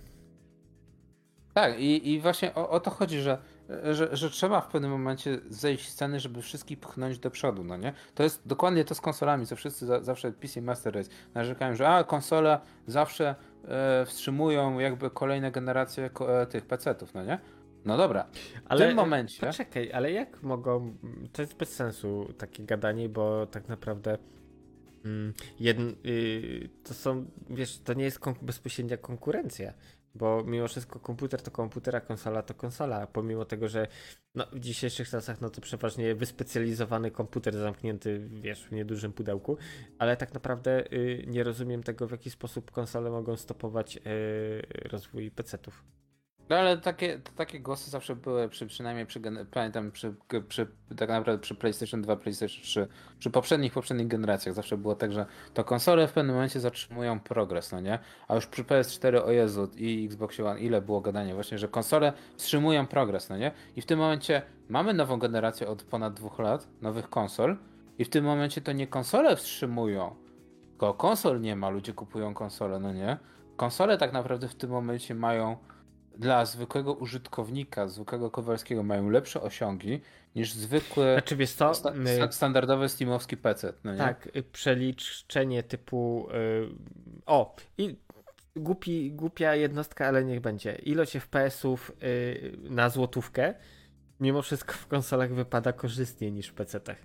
Tak, i, i właśnie o, o to chodzi, że, że, że trzeba w pewnym momencie zejść z sceny, żeby wszystkich pchnąć do przodu, no nie? To jest dokładnie to z konsolami, co wszyscy za, zawsze P C Master Race narzekają, że a, konsole zawsze e, wstrzymują jakby kolejne generacje e, tych pecetów, no nie? No dobra, w ale, tym momencie... Poczekaj, ale jak mogą... To jest bez sensu takie gadanie, bo tak naprawdę mm, jedn, yy, to są, wiesz, to nie jest kon- bezpośrednia konkurencja. Bo mimo wszystko komputer to komputer, a konsola to konsola. Pomimo tego, że no, w dzisiejszych czasach no to przeważnie wyspecjalizowany komputer zamknięty, wiesz, w niedużym pudełku, ale tak naprawdę y, nie rozumiem tego, w jaki sposób konsole mogą stopować y, rozwój pecetów. No ale takie, takie głosy zawsze były przy, przynajmniej przy, pamiętam, przy, przy, tak naprawdę przy PlayStation dwa, PlayStation trzy, przy poprzednich, poprzednich generacjach zawsze było tak, że to konsole w pewnym momencie zatrzymują progres, no nie? A już przy P S cztery, o Jezu, i Xbox One, ile było gadania właśnie, że konsole wstrzymują progres, no nie? I w tym momencie mamy nową generację od ponad dwóch lat, nowych konsol i w tym momencie to nie konsole wstrzymują, tylko konsol nie ma, ludzie kupują konsole, no nie? Konsole tak naprawdę w tym momencie mają dla zwykłego użytkownika, zwykłego Kowalskiego mają lepsze osiągi niż zwykły znaczy, wiesz co? sta- standardowy steamowski P C. No nie? Tak, przeliczenie typu yy, o, i głupi, głupia jednostka, ale niech będzie. Ilość F P S-ów yy, na złotówkę mimo wszystko w konsolach wypada korzystniej niż w pecetach.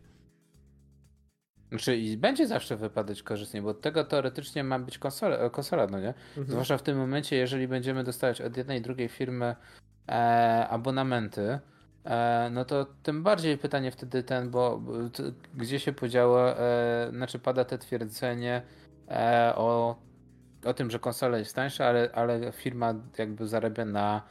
Znaczy i będzie zawsze wypadać korzystnie, bo od tego teoretycznie ma być konsola, konsola no nie? Mhm. Zwłaszcza w tym momencie, jeżeli będziemy dostawać od jednej i drugiej firmy e, abonamenty, e, no to tym bardziej pytanie wtedy ten, bo to, gdzie się podziało, e, znaczy pada te twierdzenie e, o, o tym, że konsola jest tańsza, ale, ale firma jakby zarabia na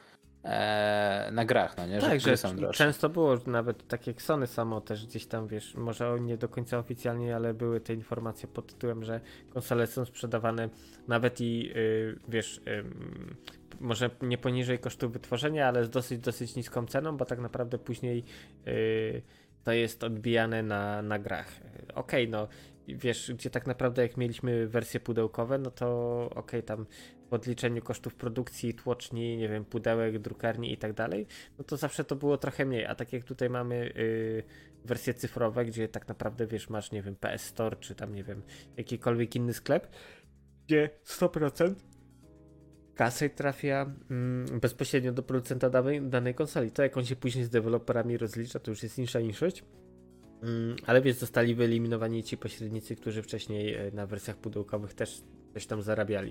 na grach, no nie? Tak, że, że często było nawet tak jak Sony samo też gdzieś tam, wiesz, może nie do końca oficjalnie, ale były te informacje pod tytułem, że konsole są sprzedawane nawet i yy, wiesz, yy, może nie poniżej kosztu wytworzenia, ale z dosyć, dosyć niską ceną, bo tak naprawdę później yy, to jest odbijane na, na grach. Okej, okay, no wiesz, gdzie tak naprawdę jak mieliśmy wersje pudełkowe, no to okej, okay, tam w odliczeniu kosztów produkcji, tłoczni, nie wiem, pudełek, drukarni i tak dalej, no to zawsze to było trochę mniej, a tak jak tutaj mamy yy, wersje cyfrowe, gdzie tak naprawdę, wiesz, masz, nie wiem, P S Store, czy tam, nie wiem, jakikolwiek inny sklep, gdzie sto procent kasy trafia mm, bezpośrednio do producenta danej, danej konsoli. To jak on się później z deweloperami rozlicza, to już jest insza inszość. Mm, ale wiesz, zostali wyeliminowani ci pośrednicy, którzy wcześniej na wersjach pudełkowych też coś tam zarabiali.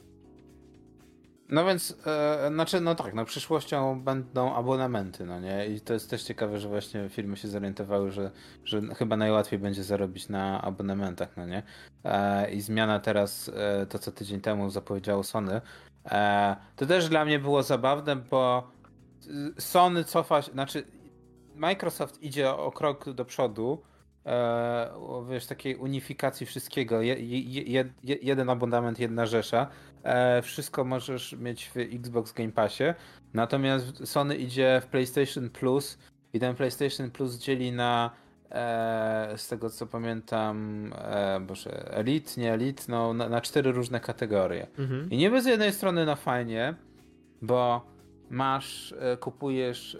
No więc, e, znaczy, no tak, no przyszłością będą abonamenty, no nie? I to jest też ciekawe, że właśnie firmy się zorientowały, że, że chyba najłatwiej będzie zarobić na abonamentach, no nie? E, I zmiana teraz, e, to co tydzień temu zapowiedziało Sony, e, to też dla mnie było zabawne, bo Sony cofa się, znaczy Microsoft idzie o krok do przodu, e, wiesz, takiej unifikacji wszystkiego, je, je, je, jeden abonament, jedna rzesza, e, wszystko możesz mieć w Xbox Game Passie, natomiast Sony idzie w PlayStation Plus i ten PlayStation Plus dzieli na e, z tego co pamiętam, e, boże, Elite, nie Elite, no na, na cztery różne kategorie. Mhm. I niby z jednej strony na fajnie, bo masz, kupujesz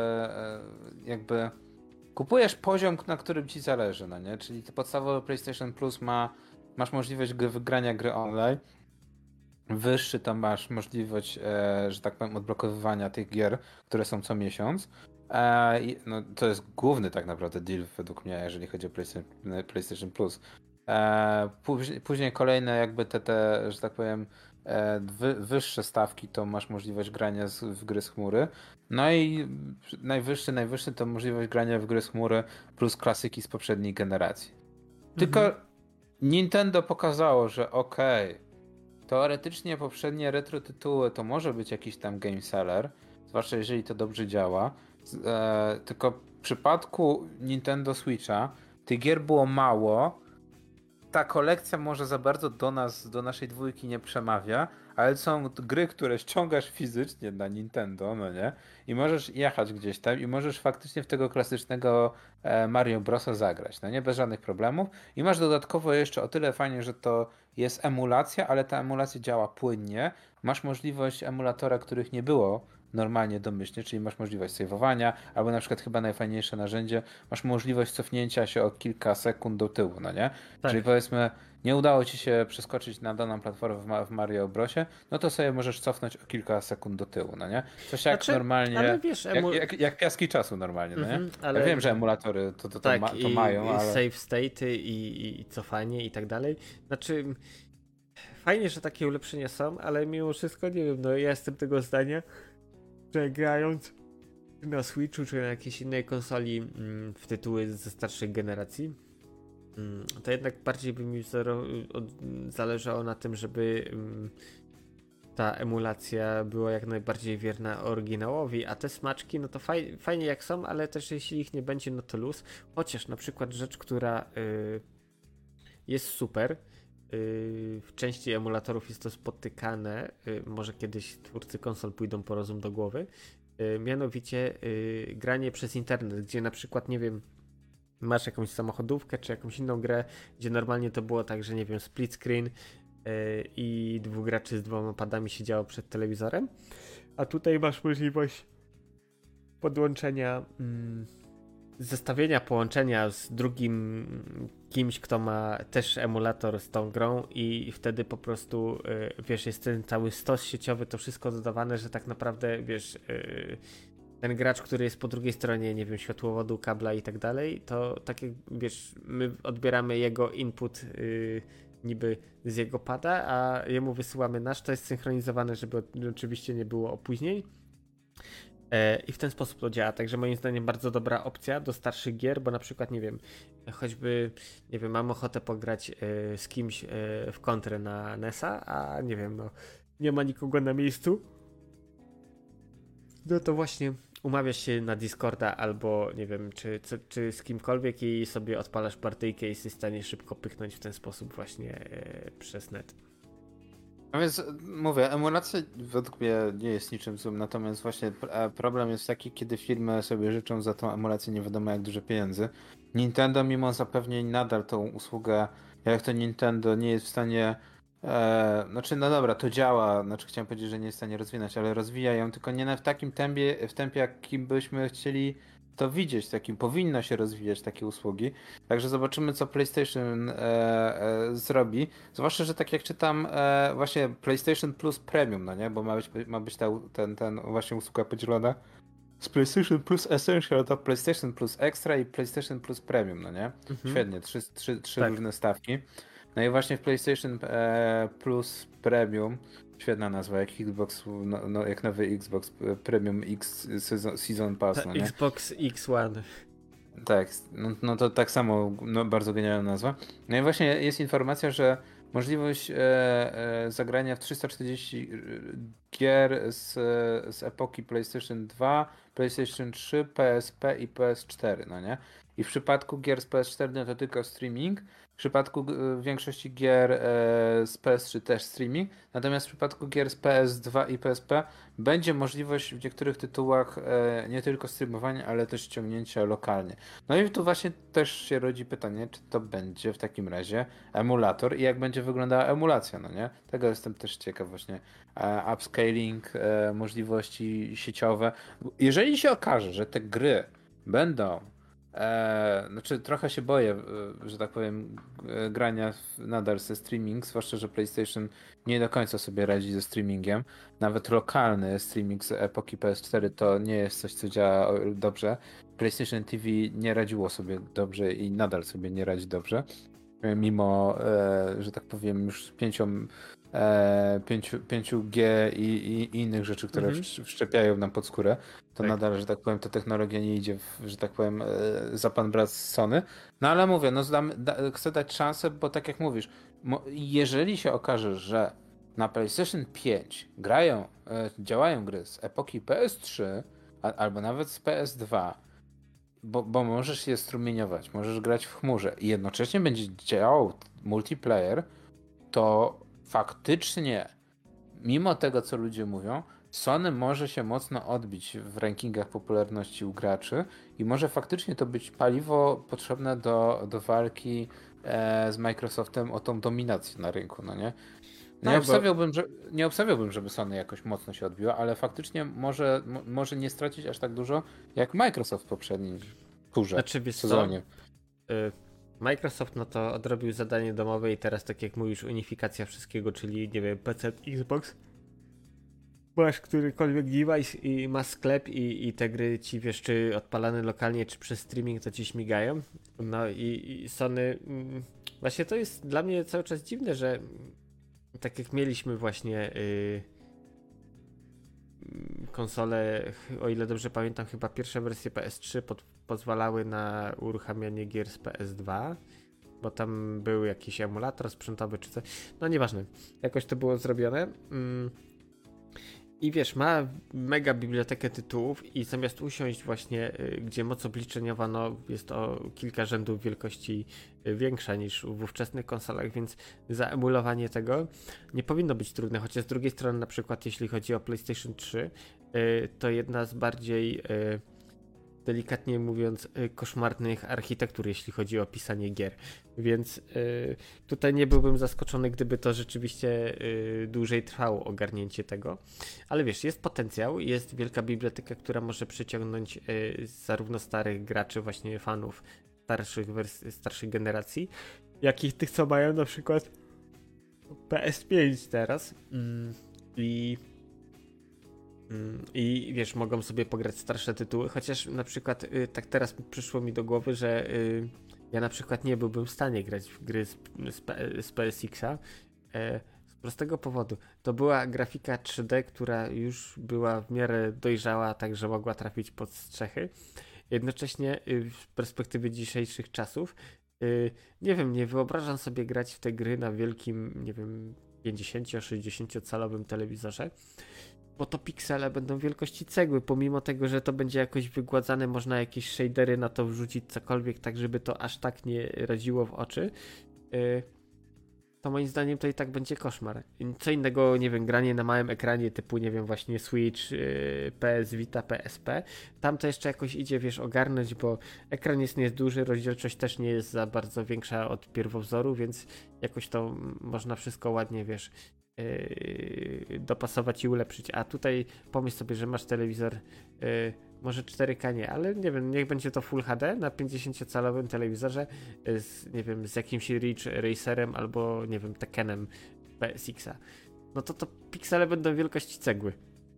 jakby kupujesz poziom, na którym ci zależy, no nie? Czyli podstawowy PlayStation Plus ma, masz możliwość wygrania gry online. Wyższy tam masz możliwość, że tak powiem, odblokowywania tych gier, które są co miesiąc. No, to jest główny tak naprawdę deal według mnie, jeżeli chodzi o PlayStation, PlayStation Plus. Później kolejne jakby te, te że tak powiem, Wy, wyższe stawki to masz możliwość grania z, w gry z chmury. No i najwyższy, najwyższy to możliwość grania w gry z chmury plus klasyki z poprzedniej generacji. Tylko mhm. Nintendo pokazało, że okej, okay, teoretycznie poprzednie retro tytuły to może być jakiś tam game seller, zwłaszcza jeżeli to dobrze działa. E, tylko w przypadku Nintendo Switcha tych gier było mało. Ta kolekcja może za bardzo do nas, do naszej dwójki nie przemawia, ale są gry, które ściągasz fizycznie na Nintendo, no nie? I możesz jechać gdzieś tam i możesz faktycznie w tego klasycznego Mario Brosa zagrać, no nie? Bez żadnych problemów. I masz dodatkowo jeszcze o tyle fajnie, że to jest emulacja, ale ta emulacja działa płynnie. Masz możliwość emulatora, których nie było normalnie domyślnie, czyli masz możliwość save'owania, albo na przykład chyba najfajniejsze narzędzie, masz możliwość cofnięcia się o kilka sekund do tyłu, no nie? Tak. Czyli powiedzmy, nie udało ci się przeskoczyć na daną platformę w Mario Brosie, no to sobie możesz cofnąć o kilka sekund do tyłu, no nie? Coś jak znaczy, normalnie, ale wiesz, emu... jak, jak, jak piaski czasu normalnie, no nie? Mm-hmm, ale... Ja wiem, że emulatory to, to, to, tak, ma, to i, mają, i ale... save state'y i, i cofanie i tak dalej. Znaczy... Fajnie, że takie ulepszenia są, ale mimo wszystko, nie wiem, no ja jestem tego zdania, że grając na Switchu czy na jakiejś innej konsoli mm, w tytuły ze starszej generacji, mm, to jednak bardziej by mi zero, od, zależało na tym, żeby mm, ta emulacja była jak najbardziej wierna oryginałowi, a te smaczki, no to faj, fajnie jak są, ale też jeśli ich nie będzie, no to luz. Chociaż na przykład rzecz, która y, jest super, w części emulatorów jest to spotykane, może kiedyś twórcy konsol pójdą po rozum do głowy, mianowicie granie przez internet, gdzie na przykład, nie wiem, masz jakąś samochodówkę czy jakąś inną grę, gdzie normalnie to było tak, że nie wiem, split screen i dwóch graczy z dwoma padami siedziało przed telewizorem, a tutaj masz możliwość podłączenia mm, zestawienia, połączenia z drugim kimś, kto ma też emulator z tą grą i wtedy po prostu, wiesz, jest ten cały stos sieciowy, to wszystko dodawane, że tak naprawdę, wiesz, ten gracz, który jest po drugiej stronie, nie wiem, światłowodu, kabla i tak dalej, to tak jak, wiesz, my odbieramy jego input niby z jego pada, a jemu wysyłamy nasz, to jest synchronizowane, żeby oczywiście nie było opóźnień. I w ten sposób to działa, także moim zdaniem bardzo dobra opcja do starszych gier, bo na przykład, nie wiem, choćby, nie wiem, mam ochotę pograć y, z kimś y, w kontrę na N E S a, a nie wiem, no, nie ma nikogo na miejscu, no to właśnie umawiasz się na Discorda albo, nie wiem, czy, czy, czy z kimkolwiek i sobie odpalasz partyjkę i jesteś w stanie szybko pyknąć w ten sposób właśnie y, przez net. A więc mówię, emulacja według mnie nie jest niczym złym, natomiast właśnie problem jest taki, kiedy firmy sobie życzą za tą emulację nie wiadomo jak dużo pieniędzy. Nintendo mimo zapewnień nadal tą usługę, jak to Nintendo nie jest w stanie, e, znaczy no dobra, to działa, znaczy chciałem powiedzieć, że nie jest w stanie rozwinąć, ale rozwija ją, tylko nie w takim tempie, w tempie jakim byśmy chcieli to widzieć, takim powinno się rozwijać takie usługi. Także zobaczymy, co PlayStation e, e, zrobi. Zwłaszcza, że tak jak czytam, e, właśnie PlayStation Plus Premium, no nie? Bo ma być, ma być ta, ten, ten właśnie usługa podzielona z PlayStation Plus Essential do PlayStation Plus Extra i PlayStation Plus Premium, no nie? Mhm. Świetnie, trzy, trzy, trzy tak. różne stawki. No i właśnie w PlayStation e, Plus Premium, świetna nazwa, jak Xbox, no, no, jak nowy Xbox Premium X Season, season Pass, no nie? Xbox X One. Tak, no, no to tak samo, no, bardzo genialna nazwa. No i właśnie jest informacja, że możliwość e, e, zagrania w trzysta czterdzieści gier z, z epoki PlayStation dwa, PlayStation trzy, P S P i P S cztery, no nie? I w przypadku gier z P S cztery no to tylko streaming, w przypadku e, większości gier e, z P S trzy też streaming, natomiast w przypadku gier z P S dwa i P S P będzie możliwość w niektórych tytułach e, nie tylko streamowania, ale też ściągnięcia lokalnie. No i tu właśnie też się rodzi pytanie, czy to będzie w takim razie emulator i jak będzie wyglądała emulacja, no nie? Tego jestem też ciekaw właśnie. E, upscaling, e, możliwości sieciowe. Jeżeli się okaże, że te gry będą E, znaczy trochę się boję, e, że tak powiem, e, grania w, nadal ze streaming, zwłaszcza, że PlayStation nie do końca sobie radzi ze streamingiem. Nawet lokalny streaming z epoki P S cztery to nie jest coś, co działa o- dobrze. PlayStation T V nie radziło sobie dobrze i nadal sobie nie radzi dobrze. E, Mimo, e, że tak powiem, już pięcią, e, pięciu, pięciu G i, i, i innych rzeczy, które Mhm. wszcz- wszczepiają nam pod skórę, to Tak. nadal, że tak powiem, ta technologia nie idzie, w, że tak powiem, e, za pan brat z Sony. No ale mówię, no zdam, da, chcę dać szansę, bo tak jak mówisz, mo, jeżeli się okaże, że na PlayStation pięć grają, e, działają gry z epoki P S trzy, a, albo nawet z P S dwa, bo, bo możesz je strumieniować, możesz grać w chmurze i jednocześnie będzie działał multiplayer, to faktycznie, mimo tego, co ludzie mówią, Sony może się mocno odbić w rankingach popularności u graczy i może faktycznie to być paliwo potrzebne do, do walki e, z Microsoftem o tą dominację na rynku, no nie? Nie Tak, bo obstawiałbym, że, nie obstawiałbym, żeby Sony jakoś mocno się odbiło, ale faktycznie może, mo, może nie stracić aż tak dużo jak Microsoft w poprzednim turze, znaczy wiesz co, sezonie. y, Microsoft no to odrobił zadanie domowe i teraz tak jak mówisz, unifikacja wszystkiego, czyli nie wiem, P C, Xbox. Masz którykolwiek device i masz sklep i, i te gry ci wiesz, czy odpalane lokalnie, czy przez streaming to ci śmigają. No i, i Sony, mm, właśnie to jest dla mnie cały czas dziwne, że mm, tak jak mieliśmy właśnie y, mm, konsole, ch- o ile dobrze pamiętam, chyba pierwsze wersje P S trzy pod, pozwalały na uruchamianie gier z P S dwa, bo tam był jakiś emulator sprzętowy czy coś. No nieważne, jakoś to było zrobione. Mm. I wiesz, ma mega bibliotekę tytułów i zamiast usiąść właśnie, y, gdzie moc obliczeniowa no, jest o kilka rzędów wielkości y, większa niż w ówczesnych konsolach, więc zaemulowanie tego nie powinno być trudne, chociaż z drugiej strony na przykład jeśli chodzi o PlayStation trzy, y, to jedna z bardziej y, delikatnie mówiąc, y, koszmarnych architektur, jeśli chodzi o pisanie gier. Więc y, tutaj nie byłbym zaskoczony, gdyby to rzeczywiście y, dłużej trwało ogarnięcie tego. Ale wiesz, jest potencjał, jest wielka biblioteka, która może przyciągnąć y, zarówno starych graczy, właśnie fanów starszych, wers- starszych generacji, jak i tych, co mają na przykład P S pięć teraz. Mm, I Mm, I wiesz, mogą sobie pograć starsze tytuły, chociaż na przykład y, tak teraz przyszło mi do głowy, że y, ja na przykład nie byłbym w stanie grać w gry z, z, P- z P S X-a e, z prostego powodu. To była grafika trzy D, która już była w miarę dojrzała, tak że mogła trafić pod strzechy. Jednocześnie y, w perspektywie dzisiejszych czasów y, nie wiem, nie wyobrażam sobie grać w te gry na wielkim, nie wiem, pięćdziesięcio-sześćdziesięciocalowym telewizorze, bo to piksele będą wielkości cegły, pomimo tego, że to będzie jakoś wygładzane, można jakieś shadery na to wrzucić, cokolwiek, tak żeby to aż tak nie raziło w oczy, yy, to moim zdaniem to i tak będzie koszmar. Co innego, nie wiem, granie na małym ekranie typu, nie wiem, właśnie Switch, yy, P S Vita, P S P, tam to jeszcze jakoś idzie, wiesz, ogarnąć, bo ekran jest nieduży, rozdzielczość też nie jest za bardzo większa od pierwowzoru, więc jakoś to można wszystko ładnie, wiesz, Yy, dopasować i ulepszyć. A tutaj pomyśl sobie, że masz telewizor yy, może cztery K nie, ale nie wiem, niech będzie to Full H D na pięćdziesięciocalowym telewizorze yy, z, nie wiem, z jakimś Ridge Racerem albo, nie wiem, Tekkenem P S X-a. No to to piksele będą wielkości cegły.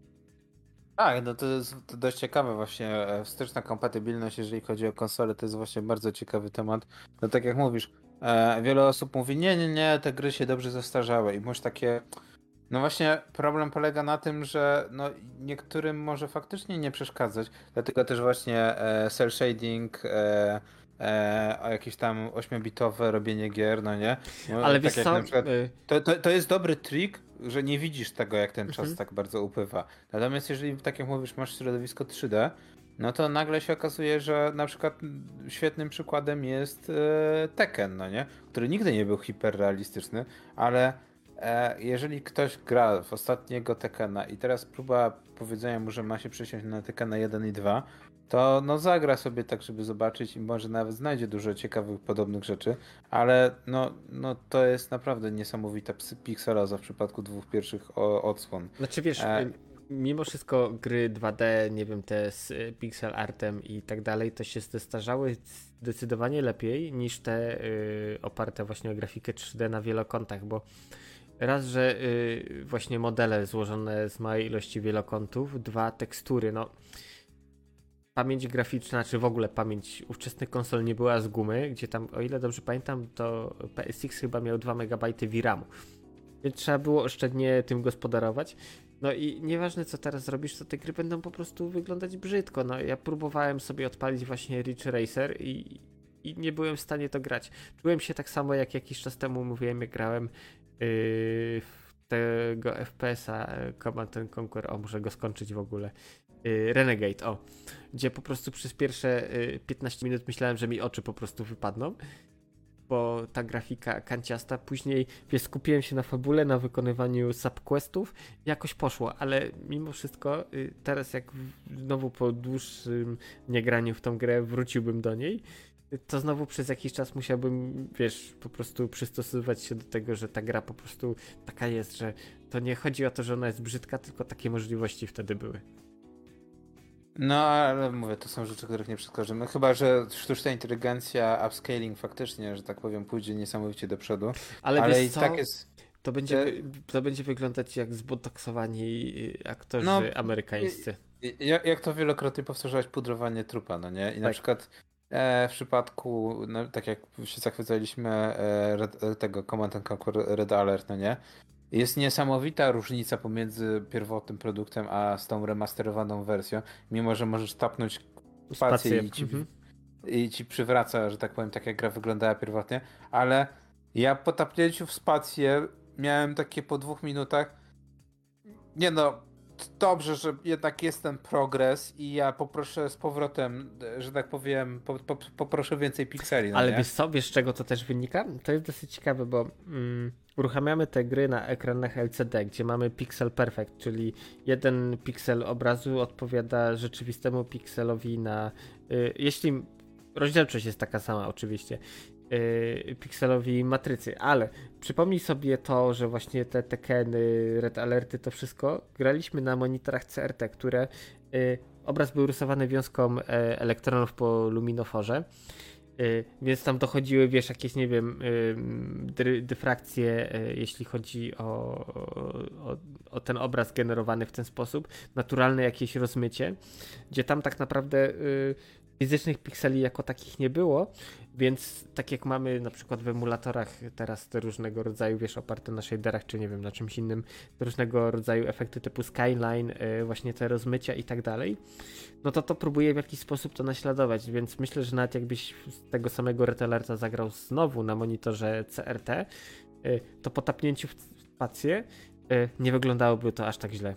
Tak, no to jest to dość ciekawe właśnie, e, wsteczna kompatybilność, jeżeli chodzi o konsolę, to jest właśnie bardzo ciekawy temat. No tak jak mówisz, e, wiele osób mówi, nie, nie, nie, te gry się dobrze zestarzały i masz takie, no właśnie problem polega na tym, że no niektórym może faktycznie nie przeszkadzać, dlatego też właśnie e, cel shading, e, e, a jakieś tam ośmiobitowe robienie gier, no nie? No, Ale tak wiesz jak co? na przykład, Yy, to, to, to jest dobry trik że nie widzisz tego, jak ten czas Mhm. tak bardzo upływa. Natomiast jeżeli, tak jak mówisz, masz środowisko trzy D, no to nagle się okazuje, że na przykład świetnym przykładem jest e, Tekken, no nie? Który nigdy nie był hiperrealistyczny, ale e, jeżeli ktoś gra w ostatniego Tekkena i teraz próba powiedzenia mu, że ma się przesiąść na Tekkena jeden i dwa, to no zagra sobie tak, żeby zobaczyć i może nawet znajdzie dużo ciekawych, podobnych rzeczy, ale no, no to jest naprawdę niesamowita pikseloza w przypadku dwóch pierwszych o, odsłon. Znaczy wiesz, E, y, mimo wszystko gry dwa D, nie wiem, te z y, pixel artem i tak dalej, to się zestarzały zdecydowanie lepiej niż te y, oparte właśnie o grafikę trzy D na wielokątach, bo raz, że y, właśnie modele złożone z małej ilości wielokątów, dwa, tekstury, no pamięć graficzna, czy w ogóle pamięć ówczesnych konsol nie była z gumy, gdzie tam, o ile dobrze pamiętam, to P S X chyba miał dwa megabajty V RAMu. Więc trzeba było oszczędnie tym gospodarować. No i nieważne co teraz zrobisz, to te gry będą po prostu wyglądać brzydko. No ja próbowałem sobie odpalić właśnie Ridge Racer i, i nie byłem w stanie to grać. Czułem się tak samo jak jakiś czas temu mówiłem, jak grałem yy, w tego F P S-a Command and Conquer, o muszę go skończyć w ogóle. Yy, Renegade, o. Gdzie po prostu przez pierwsze yy, piętnaście minut myślałem, że mi oczy po prostu wypadną. Bo ta grafika kanciasta, później wiesz, skupiłem się na fabule, na wykonywaniu subquestów, jakoś poszło, ale mimo wszystko y, teraz jak w, znowu po dłuższym niegraniu w tą grę wróciłbym do niej, y, to znowu przez jakiś czas musiałbym, wiesz, po prostu przystosowywać się do tego, że ta gra po prostu taka jest, że to nie chodzi o to, że ona jest brzydka, tylko takie możliwości wtedy były. No, ale mówię, to są rzeczy, których nie przeskoczymy. Chyba, że sztuczna inteligencja, upscaling faktycznie, że tak powiem, pójdzie niesamowicie do przodu. Ale, Ale wiesz i co? tak jest. To będzie, wy- to będzie wyglądać jak zbotoksowani y, aktorzy No, amerykańscy. Jak, jak to wielokrotnie powtarzałeś, pudrowanie trupa, no nie? I na Tak. przykład e, w przypadku, no, tak jak się zachwycaliśmy e, red, e, tego Command and Conquer Red Alert, no nie? Jest niesamowita różnica pomiędzy pierwotnym produktem, a z tą remasterowaną wersją, mimo że możesz tapnąć spację Spację. i ci, Mhm. i ci przywraca, że tak powiem, tak jak gra wyglądała pierwotnie, ale ja po tapnięciu w spację miałem takie po dwóch minutach, nie no, dobrze, że jednak jest ten progres i ja poproszę z powrotem, że tak powiem, po, po, poproszę więcej pikseli, no Ale nie? wiesz co, wiesz z czego to też wynika? To jest dosyć ciekawe, bo mm, uruchamiamy te gry na ekranach L C D, gdzie mamy pixel perfect, czyli jeden piksel obrazu odpowiada rzeczywistemu pikselowi na... Y, jeśli rozdzielczość jest taka sama oczywiście, y, pikselowi matrycy, ale przypomnij sobie to, że właśnie te Tekkeny, Red Alerty, to wszystko graliśmy na monitorach C R T, które y, obraz był rysowany wiązką e, elektronów po luminoforze. Yy, więc tam dochodziły, wiesz, jakieś, nie wiem, yy, dy, dyfrakcje, yy, jeśli chodzi o, o, o ten obraz generowany w ten sposób, naturalne jakieś rozmycie, gdzie tam tak naprawdę yy, fizycznych pikseli jako takich nie było, więc tak jak mamy na przykład w emulatorach teraz te różnego rodzaju, wiesz, oparte na shaderach, czy nie wiem, na czymś innym, te różnego rodzaju efekty typu skyline, yy, właśnie te rozmycia i tak dalej, no to to próbuję w jakiś sposób to naśladować, więc myślę, że nawet jakbyś z tego samego Red Alerta zagrał znowu na monitorze C R T, yy, to po tapnięciu w spację yy, nie wyglądałoby to aż tak źle.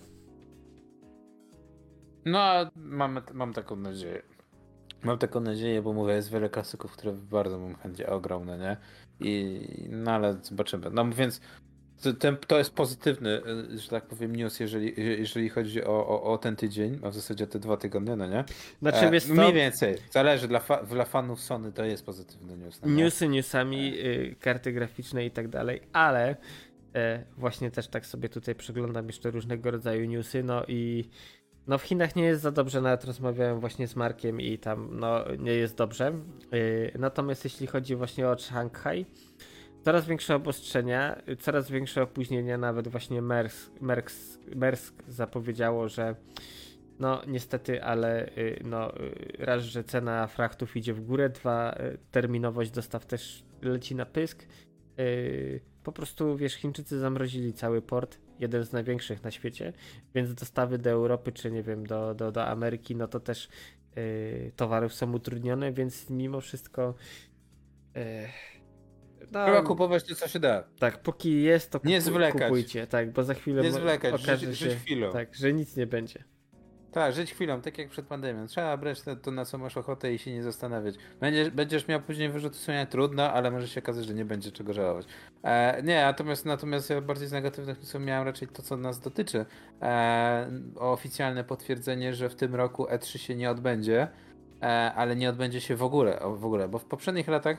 No, mam, mam taką nadzieję. Mam taką nadzieję, bo mówię, jest wiele klasyków, które bardzo bym chętnie ograł, no nie? I, no ale zobaczymy. No więc to, ten, to jest pozytywny, że tak powiem, news, jeżeli, jeżeli chodzi o, o, o ten tydzień, a w zasadzie te dwa tygodnie, no nie? Znaczy, wiesz co? Mniej więcej, zależy, dla, fa, dla fanów Sony to jest pozytywny news. No nie? Newsy newsami, yy, karty graficzne i tak dalej, ale yy, właśnie też tak sobie tutaj przeglądam jeszcze różnego rodzaju newsy, no i no w Chinach nie jest za dobrze, nawet rozmawiałem właśnie z Markiem i tam no nie jest dobrze. Yy, natomiast jeśli chodzi właśnie o Szanghaj, coraz większe obostrzenia, coraz większe opóźnienia, nawet właśnie Maersk, Maersk, Maersk zapowiedziało, że no niestety, ale yy, no yy, raz, że cena frachtów idzie w górę, dwa, yy, terminowość dostaw też leci na pysk. Yy, po prostu, wiesz, Chińczycy zamrozili cały port, jeden z największych na świecie, więc dostawy do Europy, czy nie wiem, do, do, do Ameryki, no to też yy, towarów są utrudnione, więc mimo wszystko yy, No, trzeba kupować to, co się da. Tak, póki jest, to kupu- nie zwlekać. kupujcie, tak, bo za chwilę nie zwlekać, okaże żyć, się, żyć chwilą. tak, że nic nie będzie. Tak, żyć chwilą, tak jak przed pandemią. Trzeba brać to, to, na co masz ochotę i się nie zastanawiać. Będziesz, będziesz miał później wyrzuty sumienia, trudno, ale może się okazać, że nie będzie czego żałować. E, nie, natomiast, natomiast ja bardziej z negatywnych newsów miałem raczej to, co nas dotyczy. E, oficjalne potwierdzenie, że w tym roku E trzy się nie odbędzie, e, ale nie odbędzie się w ogóle, w ogóle, bo w poprzednich latach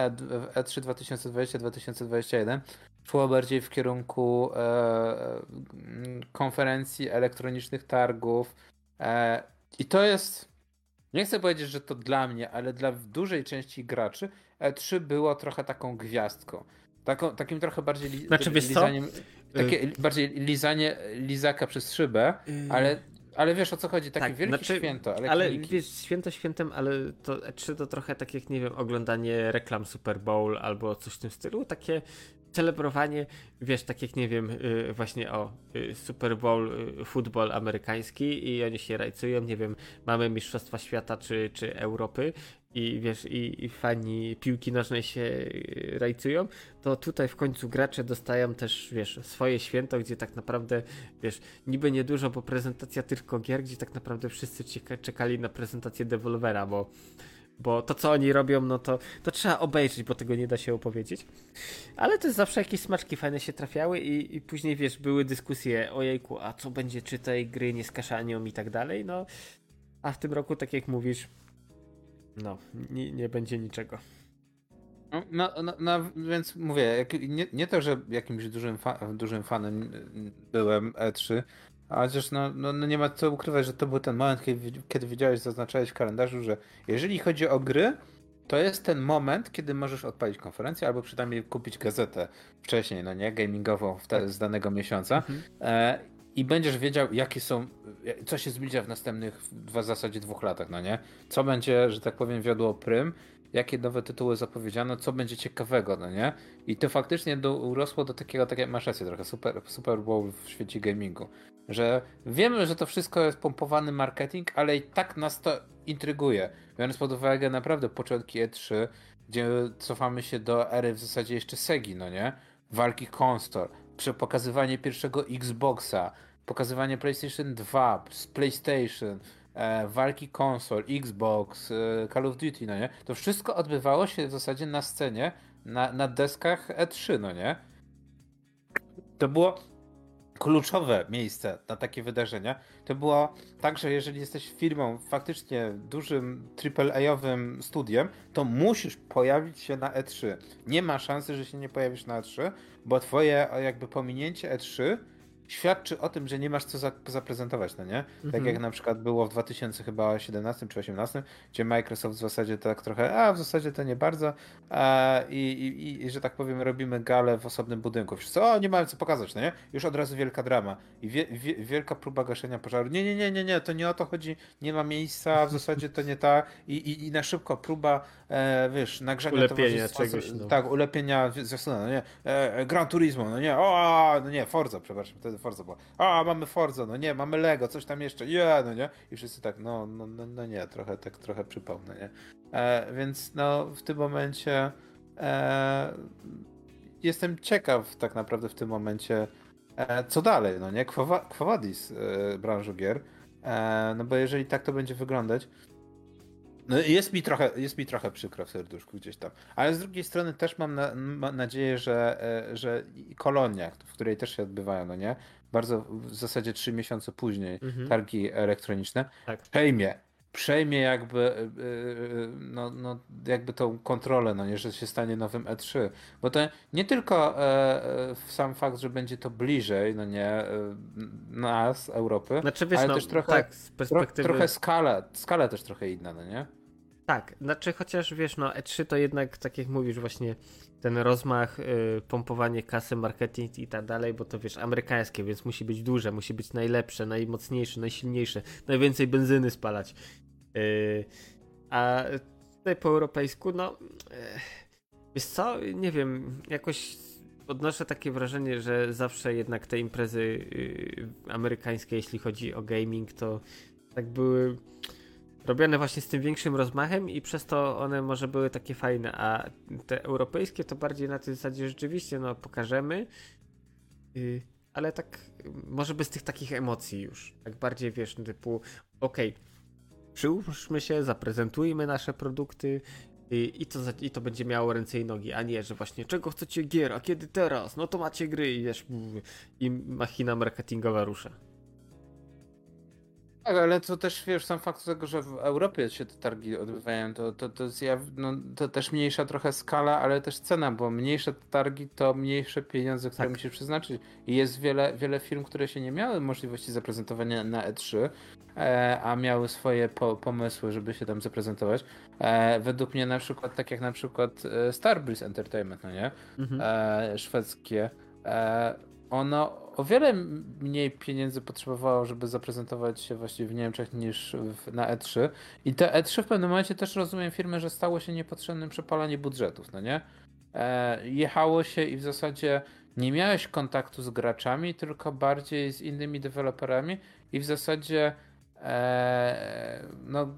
E trzy dwa tysiące dwudziesty dwa tysiące dwudziesty jeden szło bardziej w kierunku e, konferencji, elektronicznych targów. E, I to jest, nie chcę powiedzieć, że to dla mnie, ale dla dużej części graczy E trzy było trochę taką gwiazdką. Taką, takim trochę bardziej li, Znaczy, wiesz lizaniem, co? takie y- bardziej lizanie lizaka przez szybę, y- ale, ale wiesz o co chodzi, takie tak, wielkie znaczy, święto. Ale, ale wiesz, święto świętem, ale to E trzy to trochę tak jak, nie wiem, oglądanie reklam Super Bowl albo coś w tym stylu, takie celebrowanie, wiesz, tak jak, nie wiem, yy, właśnie o yy, Super Bowl, yy, futbol amerykański i oni się rajcują, nie wiem, mamy Mistrzostwa Świata czy, czy Europy i wiesz, i, i fani piłki nożnej się yy, rajcują, to tutaj w końcu gracze dostają też, wiesz, swoje święto, gdzie tak naprawdę, wiesz, niby niedużo, bo prezentacja tylko gier, gdzie tak naprawdę wszyscy czekali na prezentację Devolvera, bo Bo to, co oni robią, no to, to trzeba obejrzeć, bo tego nie da się opowiedzieć. Ale to zawsze jakieś smaczki fajne się trafiały i, i później, wiesz, były dyskusje, ojejku, a co będzie, czy tej gry nie skaszanią i tak dalej, no. A w tym roku, tak jak mówisz, no, nie, nie będzie niczego. No, no, no, no więc mówię, jak, nie, nie to, że jakimś dużym, fa dużym fanem byłem E trzy, a chociaż no, no, no nie ma co ukrywać, że to był ten moment, kiedy, kiedy widziałeś, zaznaczałeś w kalendarzu, że jeżeli chodzi o gry, to jest ten moment, kiedy możesz odpalić konferencję albo przynajmniej kupić gazetę wcześniej, no nie, gamingową wtedy, z danego miesiąca mhm. e, i będziesz wiedział, jakie są, co się zmienia w następnych w zasadzie dwóch latach, no nie? Co będzie, że tak powiem, wiodło prym, jakie nowe tytuły zapowiedziano, co będzie ciekawego, no nie? I to faktycznie do, urosło do takiego, tak jak masz rację, trochę super, super Bowl w świecie gamingu. Że wiemy, że to wszystko jest pompowany marketing, ale i tak nas to intryguje. Biorąc pod uwagę naprawdę początki E trzy, gdzie cofamy się do ery w zasadzie jeszcze Segi, no nie? Walki konsol, pokazywanie pierwszego Xboxa, pokazywanie PlayStation dwa, PlayStation, e, walki konsol, Xbox, e, Call of Duty, no nie? To wszystko odbywało się w zasadzie na scenie, na, na deskach E trzy, no nie? To było kluczowe miejsce na takie wydarzenia. To było tak, że jeżeli jesteś firmą faktycznie dużym triple A-owym studiem, to musisz pojawić się na E trzy. Nie ma szansy, że się nie pojawisz na E trzy, bo twoje jakby pominięcie E trzy świadczy o tym, że nie masz co za zaprezentować, no nie? Mhm. Tak jak na przykład było w dwa tysiące siedemnastym czy osiemnastym, gdzie Microsoft w zasadzie tak trochę, a w zasadzie to nie bardzo a, i, i, i, że tak powiem, robimy galę w osobnym budynku. Wszyscy, o, nie mamy co pokazać, no nie? Już od razu wielka drama i wie, wie, wielka próba gaszenia pożaru. Nie, nie, nie, nie, nie, to nie o to chodzi, nie ma miejsca, w zasadzie to nie ta i, i, i na szybko próba, e, wiesz, nagrzania ulepienia czegoś, no. Tak, ulepienia zwiastuna, no nie? E, Gran Turismo, no nie? O, no nie, Forza, przepraszam, wtedy Forza była. A, mamy Forza, no nie, mamy Lego, coś tam jeszcze, yeah, no nie? I wszyscy tak, no, no, no, no nie, trochę tak, trochę przypał, no nie? E, więc no, w tym momencie e, jestem ciekaw tak naprawdę w tym momencie, e, co dalej, no nie? Quo, Quo Vadis e, branży gier, e, no bo jeżeli tak to będzie wyglądać, no jest mi trochę, jest mi trochę przykro w serduszku gdzieś tam. Ale z drugiej strony też mam, na, mam nadzieję, że, że Kolonia, w której też się odbywają, no nie? Bardzo w zasadzie trzy miesiące później mhm. targi elektroniczne, tak. przejmie, przejmie jakby no, no, jakby tą kontrolę, no nie, że się stanie nowym E trzy. Bo to nie tylko e, sam fakt, że będzie to bliżej, no nie, e, nas, Europy, znaczy, wiesz, ale no, też trochę, tak, z perspektywy... tro, trochę skala, skala też trochę inna, no nie? Tak, znaczy chociaż wiesz, no E trzy to jednak, tak jak mówisz, właśnie ten rozmach, y, pompowanie kasy, marketing i tak dalej, bo to wiesz, amerykańskie, więc musi być duże, musi być najlepsze, najmocniejsze, najsilniejsze, najwięcej benzyny spalać. Y, a tutaj po europejsku, no y, wiesz co, nie wiem, jakoś odnoszę takie wrażenie, że zawsze jednak te imprezy y, amerykańskie, jeśli chodzi o gaming, to tak były... robione właśnie z tym większym rozmachem i przez to one może były takie fajne, a te europejskie to bardziej na tej zasadzie rzeczywiście, no pokażemy, yy, ale tak może bez tych takich emocji już, tak bardziej wiesz, typu okej, okay, przyłóżmy się, zaprezentujmy nasze produkty i, i, to, i to będzie miało ręce i nogi, a nie, że właśnie czego chcecie gier, a kiedy teraz, no to macie gry i wiesz, i machina marketingowa rusza. Tak, ale to też wiesz, sam fakt tego, że w Europie się te targi odbywają, to, to, to jest ja, no, to też mniejsza trochę skala, ale też cena, bo mniejsze targi to mniejsze pieniądze, które tak. musisz przeznaczyć. I jest wiele, wiele firm, które się nie miały możliwości zaprezentowania na E trzy, e, a miały swoje po, pomysły, żeby się tam zaprezentować. E, według mnie na przykład, tak jak na przykład Starbreeze Entertainment, no nie? Mhm. E, szwedzkie. E, ono o wiele mniej pieniędzy potrzebowało, żeby zaprezentować się właściwie w Niemczech niż w, na E trzy. I te E trzy w pewnym momencie też rozumiem firmy, że stało się niepotrzebnym przepalanie budżetów, no nie? E, jechało się i w zasadzie nie miałeś kontaktu z graczami, tylko bardziej z innymi deweloperami i w zasadzie e, no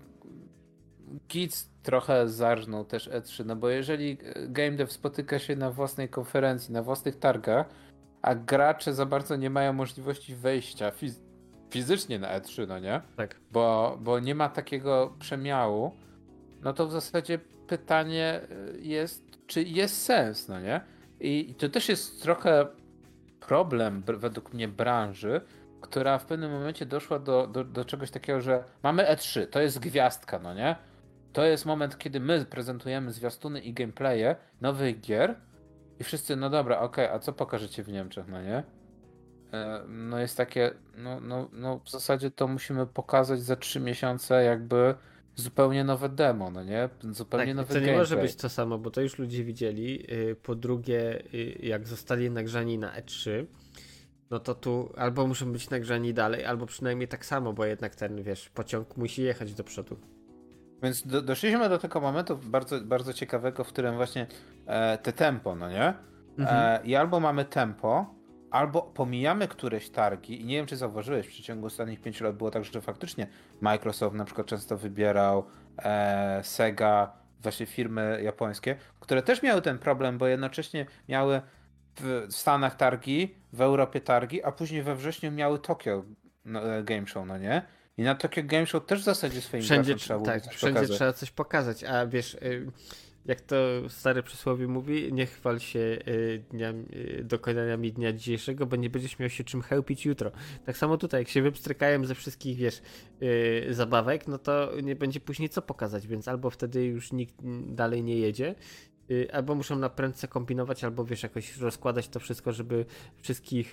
Gic trochę zarżnął też E trzy, no bo jeżeli game dev spotyka się na własnej konferencji, na własnych targach, a gracze za bardzo nie mają możliwości wejścia fiz- fizycznie na E trzy, no nie? Tak. Bo, bo nie ma takiego przemiału, no to w zasadzie pytanie jest, czy jest sens, no nie? I, i to też jest trochę problem b- według mnie branży, która w pewnym momencie doszła do, do, do czegoś takiego, że mamy E trzy, to jest gwiazdka, no nie? To jest moment, kiedy my prezentujemy zwiastuny i gameplaye nowych gier, i wszyscy, no dobra, okej, okay, a co pokażecie w Niemczech, no nie? E, no jest takie, no, no, no w zasadzie to musimy pokazać za trzy miesiące jakby zupełnie nowe demo, no nie? Zupełnie tak, nowy to nie gameplay. może być to samo, bo to już ludzie widzieli. Po drugie, jak zostali nagrzani na E trzy, no to tu albo muszą być nagrzani dalej, albo przynajmniej tak samo, bo jednak ten, wiesz, pociąg musi jechać do przodu. Więc do, doszliśmy do tego momentu bardzo, bardzo ciekawego, w którym właśnie e, te tempo, no nie? E, I albo mamy tempo, albo pomijamy któreś targi i nie wiem, czy zauważyłeś, w przeciągu ostatnich pięciu lat było tak, że faktycznie Microsoft na przykład często wybierał e, Sega, właśnie firmy japońskie, które też miały ten problem, bo jednocześnie miały w Stanach targi, w Europie targi, a później we wrześniu miały Tokyo Game Show, no nie? I na Tokyo Game Show też w zasadzie swoim wszędzie trzeba tak, coś wszędzie pokazać. trzeba coś pokazać, a wiesz, jak to stare przysłowie mówi, nie chwal się dniami, dokonaniami dnia dzisiejszego, bo nie będziesz miał się czym chełpić jutro. Tak samo tutaj, jak się wypstrykają ze wszystkich, wiesz, zabawek, no to nie będzie później co pokazać, więc albo wtedy już nikt dalej nie jedzie, albo muszą na prędce kombinować, albo wiesz, jakoś rozkładać to wszystko, żeby wszystkich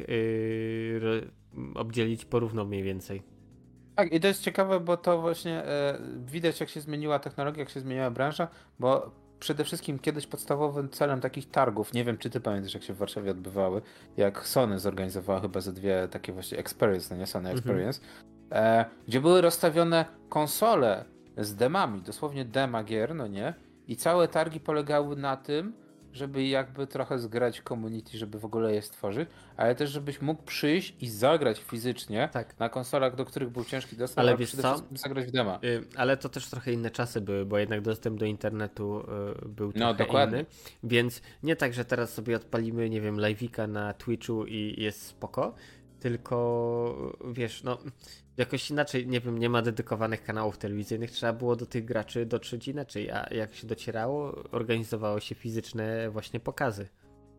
obdzielić porówno mniej więcej. Tak, i to jest ciekawe, bo to właśnie e, widać, jak się zmieniła technologia, jak się zmieniła branża, bo przede wszystkim kiedyś podstawowym celem takich targów, nie wiem, czy ty pamiętasz, jak się w Warszawie odbywały, jak Sony zorganizowała chyba ze dwie takie właśnie Experience, no nie Sony Experience, mhm. e, gdzie były rozstawione konsole z demami, dosłownie dema gier, no nie? I całe targi polegały na tym, żeby jakby trochę zgrać community, żeby w ogóle je stworzyć, ale też żebyś mógł przyjść i zagrać fizycznie tak. na konsolach, do których był ciężki dostęp, ale, ale wiesz przede co? wszystkim zagrać w dema. Yy, ale to też trochę inne czasy były, bo jednak dostęp do internetu yy, był no, trochę dokładnie. inny, więc nie tak, że teraz sobie odpalimy, nie wiem, live'ika na Twitchu i jest spoko, tylko wiesz, no jakoś inaczej, nie wiem, nie ma dedykowanych kanałów telewizyjnych, trzeba było do tych graczy dotrzeć inaczej, a jak się docierało, organizowało się fizyczne właśnie pokazy.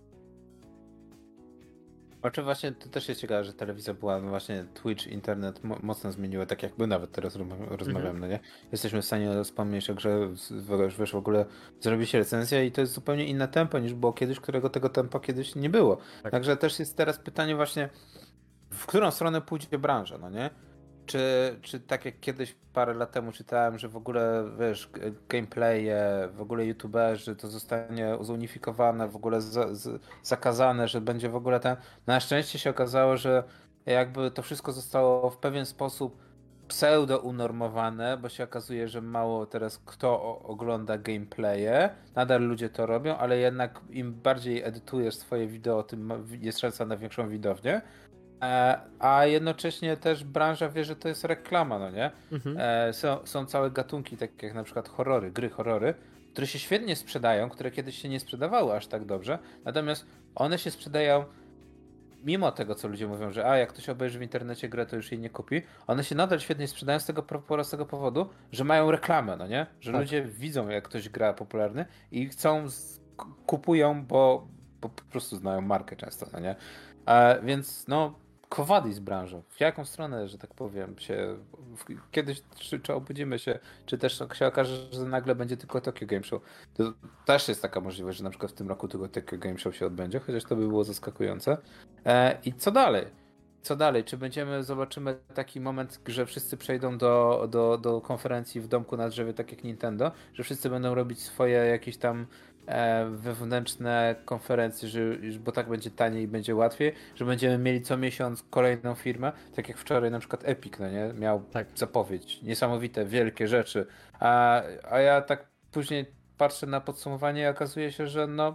Oczywiście właśnie to też jest ciekawe, że telewizja była, no właśnie Twitch, internet mo- mocno zmieniły, tak jak my nawet teraz rozmawiamy, mm-hmm. no nie? Jesteśmy w stanie wspomnieć, że wiesz, w ogóle zrobi się recenzja i to jest zupełnie inne tempo niż było kiedyś, którego tego tempa kiedyś nie było. Tak. Także też jest teraz pytanie właśnie, w którą stronę pójdzie branża, no nie? Czy, czy tak jak kiedyś parę lat temu czytałem, że w ogóle, wiesz, gameplaye, w ogóle youtuberzy, to zostanie zunifikowane, w ogóle za, z, zakazane, że będzie w ogóle ten... Na szczęście się okazało, że jakby to wszystko zostało w pewien sposób pseudo-unormowane, bo się okazuje, że mało teraz kto ogląda gameplaye, nadal ludzie to robią, ale jednak im bardziej edytujesz swoje wideo, tym jest szansa na większą widownię. E, a jednocześnie też branża wie, że to jest reklama, no nie? Mhm. E, są, są całe gatunki, takie jak na przykład horrory, gry horrory, które się świetnie sprzedają, które kiedyś się nie sprzedawały aż tak dobrze, natomiast one się sprzedają mimo tego, co ludzie mówią, że a jak ktoś obejrzy w internecie grę, to już jej nie kupi, one się nadal świetnie sprzedają z tego pro- prostego powodu, że mają reklamę, no nie? Że Tak. ludzie widzą, jak ktoś gra popularny i chcą, z, k- kupują, bo, bo po prostu znają markę często, no nie? E, więc no, kowady z branżą. W jaką stronę, że tak powiem, się w, kiedyś czy, czy obudzimy się, czy też się okaże, że nagle będzie tylko Tokyo Game Show. To też jest taka możliwość, że na przykład w tym roku tylko Tokyo Game Show się odbędzie, chociaż to by było zaskakujące. E, I co dalej? Co dalej? Czy będziemy, zobaczymy taki moment, że wszyscy przejdą do, do, do konferencji w domku na drzewie, tak jak Nintendo, że wszyscy będą robić swoje jakieś tam e, wewnętrzne konferencje, że, bo tak będzie taniej i będzie łatwiej, że będziemy mieli co miesiąc kolejną firmę, tak jak wczoraj na przykład Epic, no nie? Miał Tak. zapowiedź, niesamowite, wielkie rzeczy, a, a ja tak później patrzę na podsumowanie i okazuje się, że no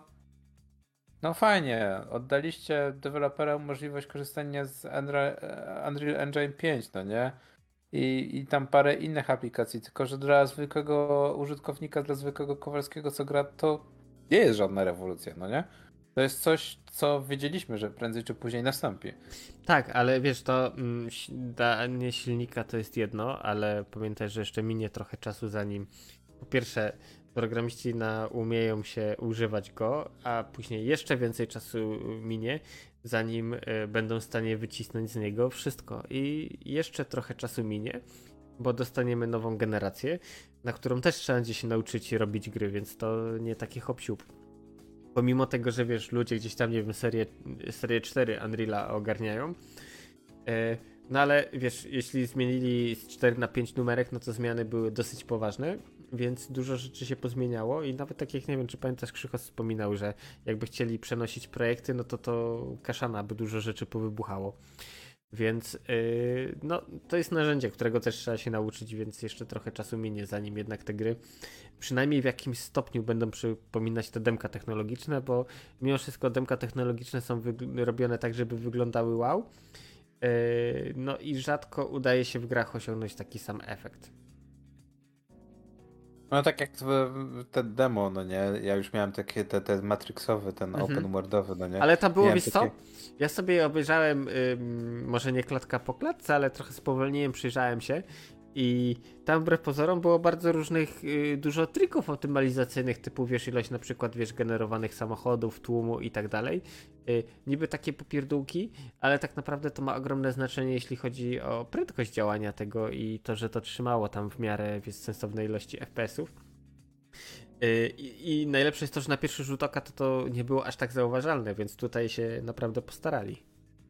no fajnie, oddaliście deweloperom możliwość korzystania z Unreal Unreal Engine pięć, no nie? I, I tam parę innych aplikacji, tylko że dla zwykłego użytkownika, dla zwykłego Kowalskiego, co gra, to nie jest żadna rewolucja, no nie? To jest coś, co wiedzieliśmy, że prędzej czy później nastąpi. Tak, ale wiesz, to mm, danie silnika to jest jedno, ale pamiętaj, że jeszcze minie trochę czasu zanim po pierwsze programiści na, umieją się używać go, a później jeszcze więcej czasu minie, zanim y, będą w stanie wycisnąć z niego wszystko. I jeszcze trochę czasu minie, bo dostaniemy nową generację, na którą też trzeba będzie się nauczyć robić gry, więc to nie taki hop-siup. Pomimo tego, że wiesz, ludzie gdzieś tam, nie wiem, serię, serię cztery Unreal'a ogarniają, e, no ale wiesz, jeśli zmienili z cztery na pięć numerek, no to zmiany były dosyć poważne, więc dużo rzeczy się pozmieniało i nawet tak jak, nie wiem, czy pamiętasz, Krzysztof wspominał, że jakby chcieli przenosić projekty, no to to kaszana, by dużo rzeczy powybuchało. Więc yy, no, to jest narzędzie, którego też trzeba się nauczyć, więc jeszcze trochę czasu minie, zanim jednak te gry przynajmniej w jakimś stopniu będą przypominać te demka technologiczne, bo mimo wszystko demka technologiczne są wyg- robione tak, żeby wyglądały wow. Yy, no i rzadko udaje się w grach osiągnąć taki sam efekt. No tak jak w- te demo, no nie? Ja już miałem takie te, te matrixowe, ten Mhm. open worldowy, no nie? Ale tam było, Miałem wiesz takie... co? Ja sobie je obejrzałem, ym, może nie klatka po klatce, ale trochę spowolniłem, przyjrzałem się i tam wbrew pozorom było bardzo różnych, y, dużo trików optymalizacyjnych, typu wiesz, ilość na przykład, wiesz, generowanych samochodów, tłumu i tak dalej. Y, niby takie popierdółki, ale tak naprawdę to ma ogromne znaczenie, jeśli chodzi o prędkość działania tego i to, że to trzymało tam w miarę, wiesz, sensownej ilości F P S-ów. I, I najlepsze jest to, że na pierwszy rzut oka to, to nie było aż tak zauważalne, więc tutaj się naprawdę postarali.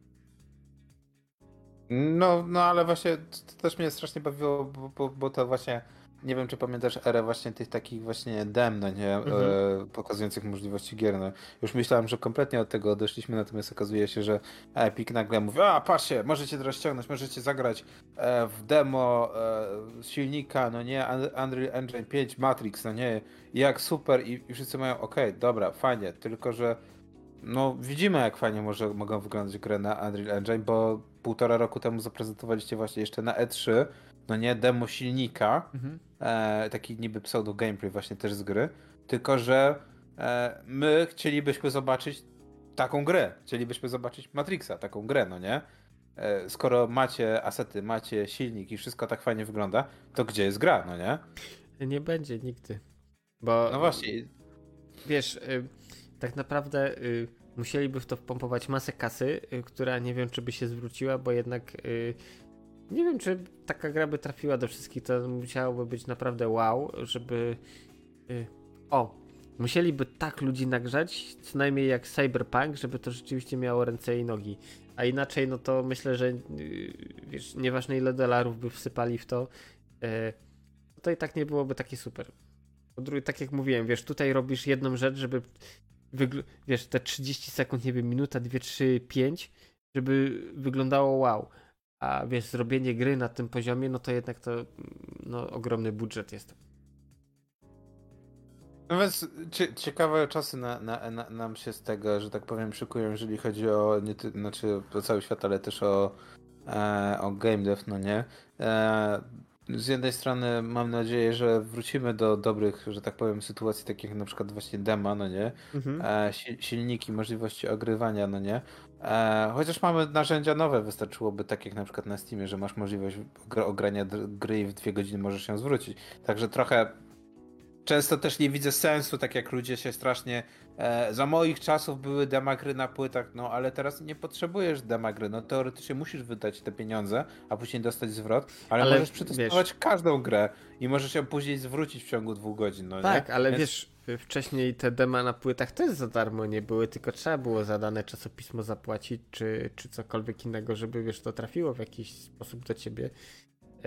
No, no ale właśnie to też mnie strasznie bawiło, bo, bo, bo to właśnie, nie wiem czy pamiętasz erę właśnie tych takich właśnie dem, no nie, Mhm. e, pokazujących możliwości gier, no. Już myślałem, że kompletnie od tego odeszliśmy, natomiast okazuje się, że Epic nagle mówi, a patrzcie, możecie teraz ściągnąć, możecie zagrać e, w demo e, z silnika, no nie, Un- Unreal Engine pięć, Matrix, no nie, jak super i, i wszyscy mają, okej, dobra, fajnie, tylko że no, widzimy jak fajnie może, mogą wyglądać gry na Unreal Engine, bo półtora roku temu zaprezentowaliście właśnie jeszcze na E trzy, no nie, demo silnika, Mhm. e, taki niby pseudo gameplay właśnie też z gry, tylko że e, my chcielibyśmy zobaczyć taką grę, chcielibyśmy zobaczyć Matrixa, taką grę, no nie? E, skoro macie asety, macie silnik i wszystko tak fajnie wygląda, to gdzie jest gra, no nie? Nie będzie nigdy. Bo No właśnie, wiesz, y, tak naprawdę y, musieliby w to wpompować masę kasy, y, która nie wiem, czy by się zwróciła, bo jednak y, nie wiem, czy taka gra by trafiła do wszystkich. To musiałoby być naprawdę wow, żeby. Y, o, musieliby tak ludzi nagrzać, co najmniej jak Cyberpunk, żeby to rzeczywiście miało ręce i nogi. A inaczej, no to myślę, że y, wiesz, nieważne ile dolarów by wsypali w to, y, to i tak nie byłoby takie super. Po drugie, tak jak mówiłem, wiesz, tutaj robisz jedną rzecz, żeby wygl- wiesz, te trzydzieści sekund, nie wiem, minuta, dwie, trzy, pięć, żeby wyglądało wow. A wiesz, zrobienie gry na tym poziomie, no to jednak to no, ogromny budżet jest. No więc cie, ciekawe czasy na, na, na, nam się z tego, że tak powiem, szykują, jeżeli chodzi o nie ty, znaczy o cały świat, ale też o, e, o game dev, no nie? E, z jednej strony mam nadzieję, że wrócimy do dobrych, że tak powiem, sytuacji takich jak na przykład właśnie dema, no nie? Mhm. E, si, silniki, możliwości ogrywania, no nie? E, chociaż mamy narzędzia nowe, wystarczyłoby tak jak na przykład na Steamie, że masz możliwość gr- ogrania dr- gry i w dwie godziny możesz ją zwrócić. Także trochę często też nie widzę sensu, tak jak ludzie się strasznie. E, za moich czasów były demagry na płytach, no ale teraz nie potrzebujesz demagry. No teoretycznie musisz wydać te pieniądze, a później dostać zwrot, ale, Ale możesz wiesz, przetestować każdą grę i możesz ją później zwrócić w ciągu dwóch godzin, no nie? tak, ale Więc wiesz, wcześniej te dema na płytach też za darmo nie były, tylko trzeba było za dane czasopismo zapłacić, czy, czy cokolwiek innego, żeby wiesz, to trafiło w jakiś sposób do ciebie. Yy,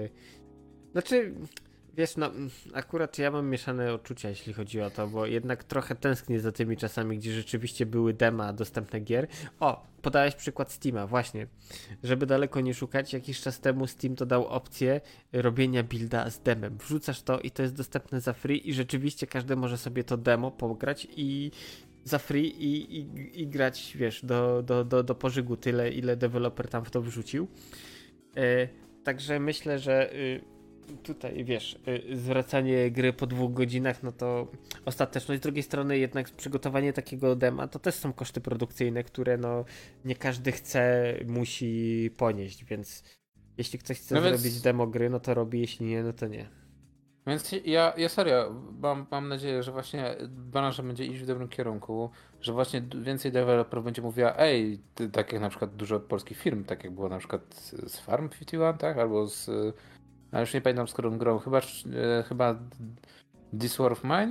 znaczy, wiesz, no akurat ja mam mieszane odczucia, jeśli chodzi o to, bo jednak trochę tęsknię za tymi czasami, gdzie rzeczywiście były dema dostępne gier. O, podałeś przykład Steama, właśnie. Żeby daleko nie szukać, jakiś czas temu Steam dodał opcję robienia builda z demem. Wrzucasz to i to jest dostępne za free i rzeczywiście każdy może sobie to demo pograć i za free i, i, i grać, wiesz, do, do, do, do pożygu tyle, ile deweloper tam w to wrzucił. Yy, także myślę, że yy, tutaj, wiesz, yy, zwracanie gry po dwóch godzinach, no to ostateczność. Z drugiej strony jednak przygotowanie takiego dema to też są koszty produkcyjne, które no nie każdy chce, musi ponieść, więc jeśli ktoś chce no zrobić więc demo gry, no to robi, jeśli nie, no to nie. Więc ja, ja serio mam, mam nadzieję, że właśnie branża będzie iść w dobrym kierunku, że właśnie d- więcej deweloperów będzie mówiła, ej, ty, tak jak na przykład dużo polskich firm, tak jak było na przykład z Farm pięćdziesiąt jeden, tak? Albo z, a już nie pamiętam z którą grą, chyba, e, chyba This War of Mine,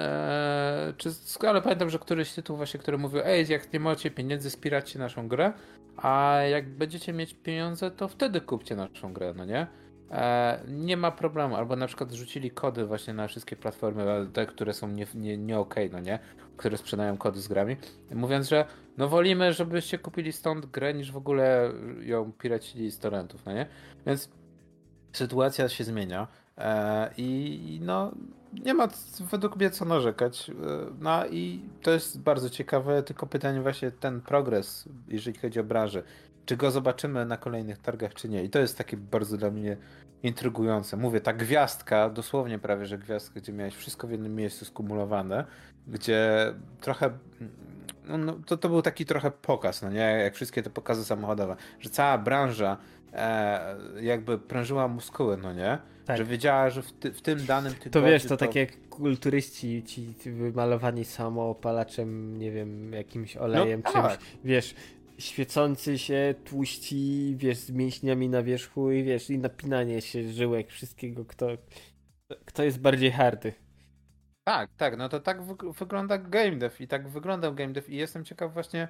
e, czy, z- ale pamiętam, że któryś tytuł właśnie, który mówił, ej, jak nie macie pieniędzy, wspieracie naszą grę, a jak będziecie mieć pieniądze, to wtedy kupcie naszą grę, no nie? E, nie ma problemu, albo na przykład rzucili kody właśnie na wszystkie platformy, ale te, które są nie, nie, nie okej, no nie? Które sprzedają kody z grami, mówiąc, że no wolimy, żebyście kupili stąd grę, niż w ogóle ją piracili z torrentów, no nie? Więc sytuacja się zmienia e, i no nie ma c- według mnie co narzekać. E, no i to jest bardzo ciekawe, tylko pytanie właśnie ten progres, jeżeli chodzi o branżę, czy go zobaczymy na kolejnych targach, czy nie. I to jest takie bardzo dla mnie intrygujące. Mówię, ta gwiazdka, dosłownie prawie, że gwiazdka, gdzie miałeś wszystko w jednym miejscu skumulowane, gdzie trochę no, no, to, to był taki trochę pokaz, no nie? Jak wszystkie te pokazy samochodowe, że cała branża e, jakby prężyła muskuły, no nie? Że Tak. wiedziała, że w, ty, w tym danym To wiesz, tygodniu to to... tak jak kulturyści, ci wymalowani samoopalaczem, nie wiem, jakimś No olejem, czymś, tak, wiesz, świecący się, tłuści, wiesz, z mięśniami na wierzchu i wiesz, i napinanie się żyłek, wszystkiego, kto, kto jest bardziej hardy. tak, tak, no to tak wyg- wygląda game dev i tak wyglądał game dev i jestem ciekaw właśnie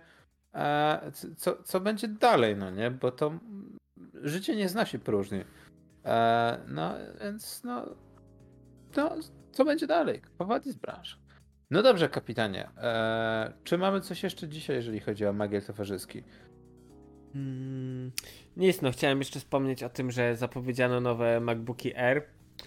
e, c- co, co będzie dalej, no nie? Bo to mm, życie nie zna się próżni. E, no więc no, no co będzie dalej? Powodzi z branży. No dobrze, kapitanie. Eee, czy mamy coś jeszcze dzisiaj, jeżeli chodzi o magiel towarzyski? Hmm, nic, no chciałem jeszcze wspomnieć o tym, że zapowiedziano nowe MacBooki Air.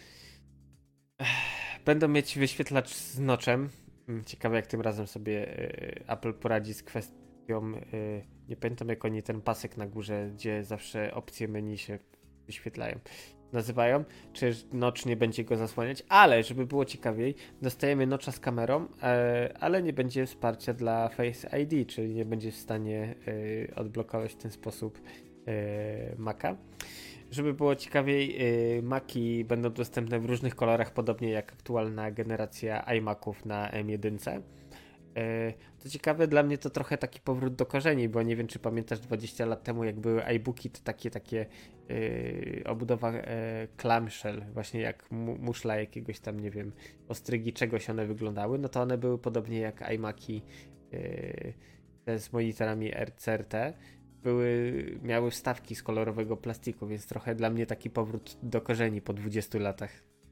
Ech, będą mieć wyświetlacz z noczem. Hmm, ciekawe jak tym razem sobie y, Apple poradzi z kwestią, y, nie pamiętam jak oni ten pasek na górze, gdzie zawsze opcje menu się wyświetlają, nazywają, czy nocz nie będzie go zasłaniać, ale żeby było ciekawiej, dostajemy nocza z kamerą, e, ale nie będzie wsparcia dla Face I D, czyli nie będzie w stanie e, odblokować w ten sposób e, Maca. Żeby było ciekawiej, e, Maci będą dostępne w różnych kolorach, podobnie jak aktualna generacja iMaców na M jeden. Co ciekawe, dla mnie to trochę taki powrót do korzeni, bo nie wiem, czy pamiętasz dwadzieścia lat temu, jak były iBooki, to takie, takie yy, obudowa yy, clamshell, właśnie jak mu, muszla jakiegoś tam, nie wiem, ostrygi, czegoś one wyglądały, no to one były podobnie jak iMaki yy, te z monitorami C R T, były, miały wstawki z kolorowego plastiku, więc trochę dla mnie taki powrót do korzeni po dwudziestu latach.